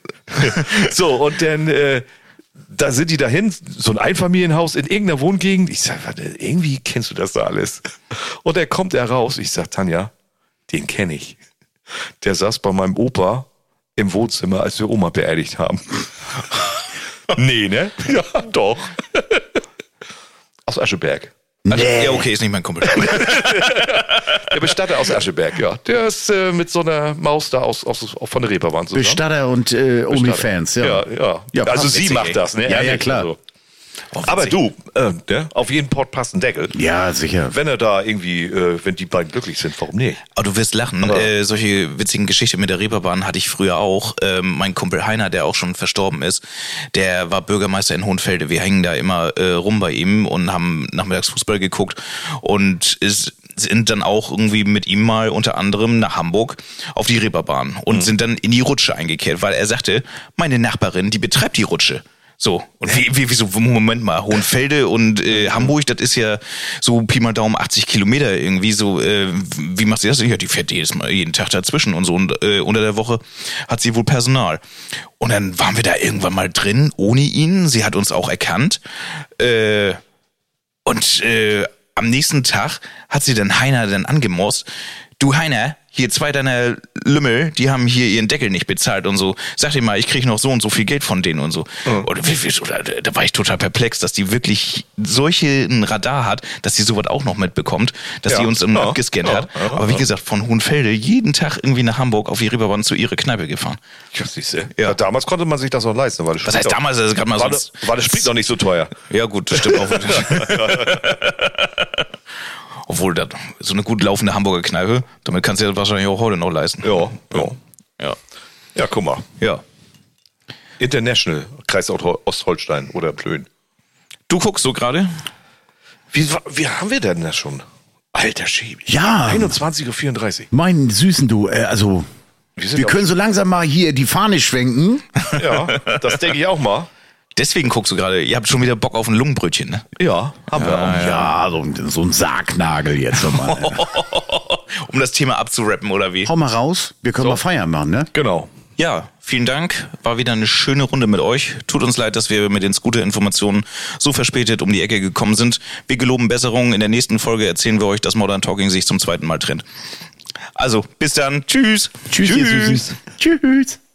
So, und dann da sind die dahin, so ein Einfamilienhaus in irgendeiner Wohngegend. Ich sag, warte, irgendwie kennst du das da alles. Und er kommt raus. Ich sag, Tanja, den kenne ich. Der saß bei meinem Opa im Wohnzimmer, als wir Oma beerdigt haben. Nee, ne? Ja, doch. Aus Ascheberg. Nee. Ja, okay, ist nicht mein Kumpel. Der Bestatter aus Ascheberg, ja. Der ist mit so einer Maus da von der Reeperbahn zusammen. Bestatter und OnlyFans, ja. Ja, also sie witzig, macht das, ne? Ja, klar. Also. Aber du, auf jeden Pott passt ein Deckel. Ja, sicher. Wenn er da irgendwie, wenn die beiden glücklich sind, warum nicht? Aber du wirst lachen. Solche witzigen Geschichten mit der Reeperbahn hatte ich früher auch. Mein Kumpel Heiner, der auch schon verstorben ist, der war Bürgermeister in Hohenfelde. Wir hängen da immer rum bei ihm und haben nachmittags Fußball geguckt und sind dann auch irgendwie mit ihm mal unter anderem nach Hamburg auf die Reeperbahn und sind dann in die Rutsche eingekehrt, weil er sagte, meine Nachbarin, die betreibt die Rutsche. So, und wieso, Moment mal, Hohenfelde und Hamburg, das ist ja so Pi mal Daumen 80 Kilometer irgendwie so, wie macht sie das? Ja, die fährt jeden Tag dazwischen und so und unter der Woche hat sie wohl Personal. Und dann waren wir da irgendwann mal drin, ohne ihn, sie hat uns auch erkannt und am nächsten Tag hat sie dann Heiner dann angemorst, du Heiner, hier 2 deiner Lümmel, die haben hier ihren Deckel nicht bezahlt und so. Sag dir mal, ich kriege noch so und so viel Geld von denen und so. Oder da war ich total perplex, dass die wirklich ein Radar hat, dass sie sowas auch noch mitbekommt, dass sie uns abgescannt hat. Aber wie gesagt, von Hohenfelde jeden Tag irgendwie nach Hamburg auf die Reeperbahn zu ihrer Kneipe gefahren. Ja, siehste. Ja, damals konnte man sich das noch leisten. War das was heißt damals? Das mal war das Sprit noch nicht so teuer. Ja gut, das stimmt auch. Obwohl, so eine gut laufende Hamburger Kneipe, damit kannst du ja wahrscheinlich auch heute noch leisten. Ja, guck mal. Ja. International, Kreis Ostholstein oder Plön. Du guckst so gerade? Wie haben wir denn das schon? Alter Schäbi. Ja. 21:34 Uhr. Mein Süßen, du, also, wir können so langsam mal hier die Fahne schwenken. Ja, das denke ich auch mal. Deswegen guckst du gerade, ihr habt schon wieder Bock auf ein Lungenbrötchen, ne? Ja, haben wir auch. Ja, so ein Sargnagel jetzt nochmal. Um das Thema abzurappen, oder wie? Hau mal raus, wir können mal Feiern machen, ne? Genau. Ja, vielen Dank. War wieder eine schöne Runde mit euch. Tut uns leid, dass wir mit den Scooter-Informationen so verspätet um die Ecke gekommen sind. Wir geloben Besserungen. In der nächsten Folge erzählen wir euch, dass Modern Talking sich zum 2. Mal trennt. Also, bis dann. Tschüss. Tschüss. Tschüss.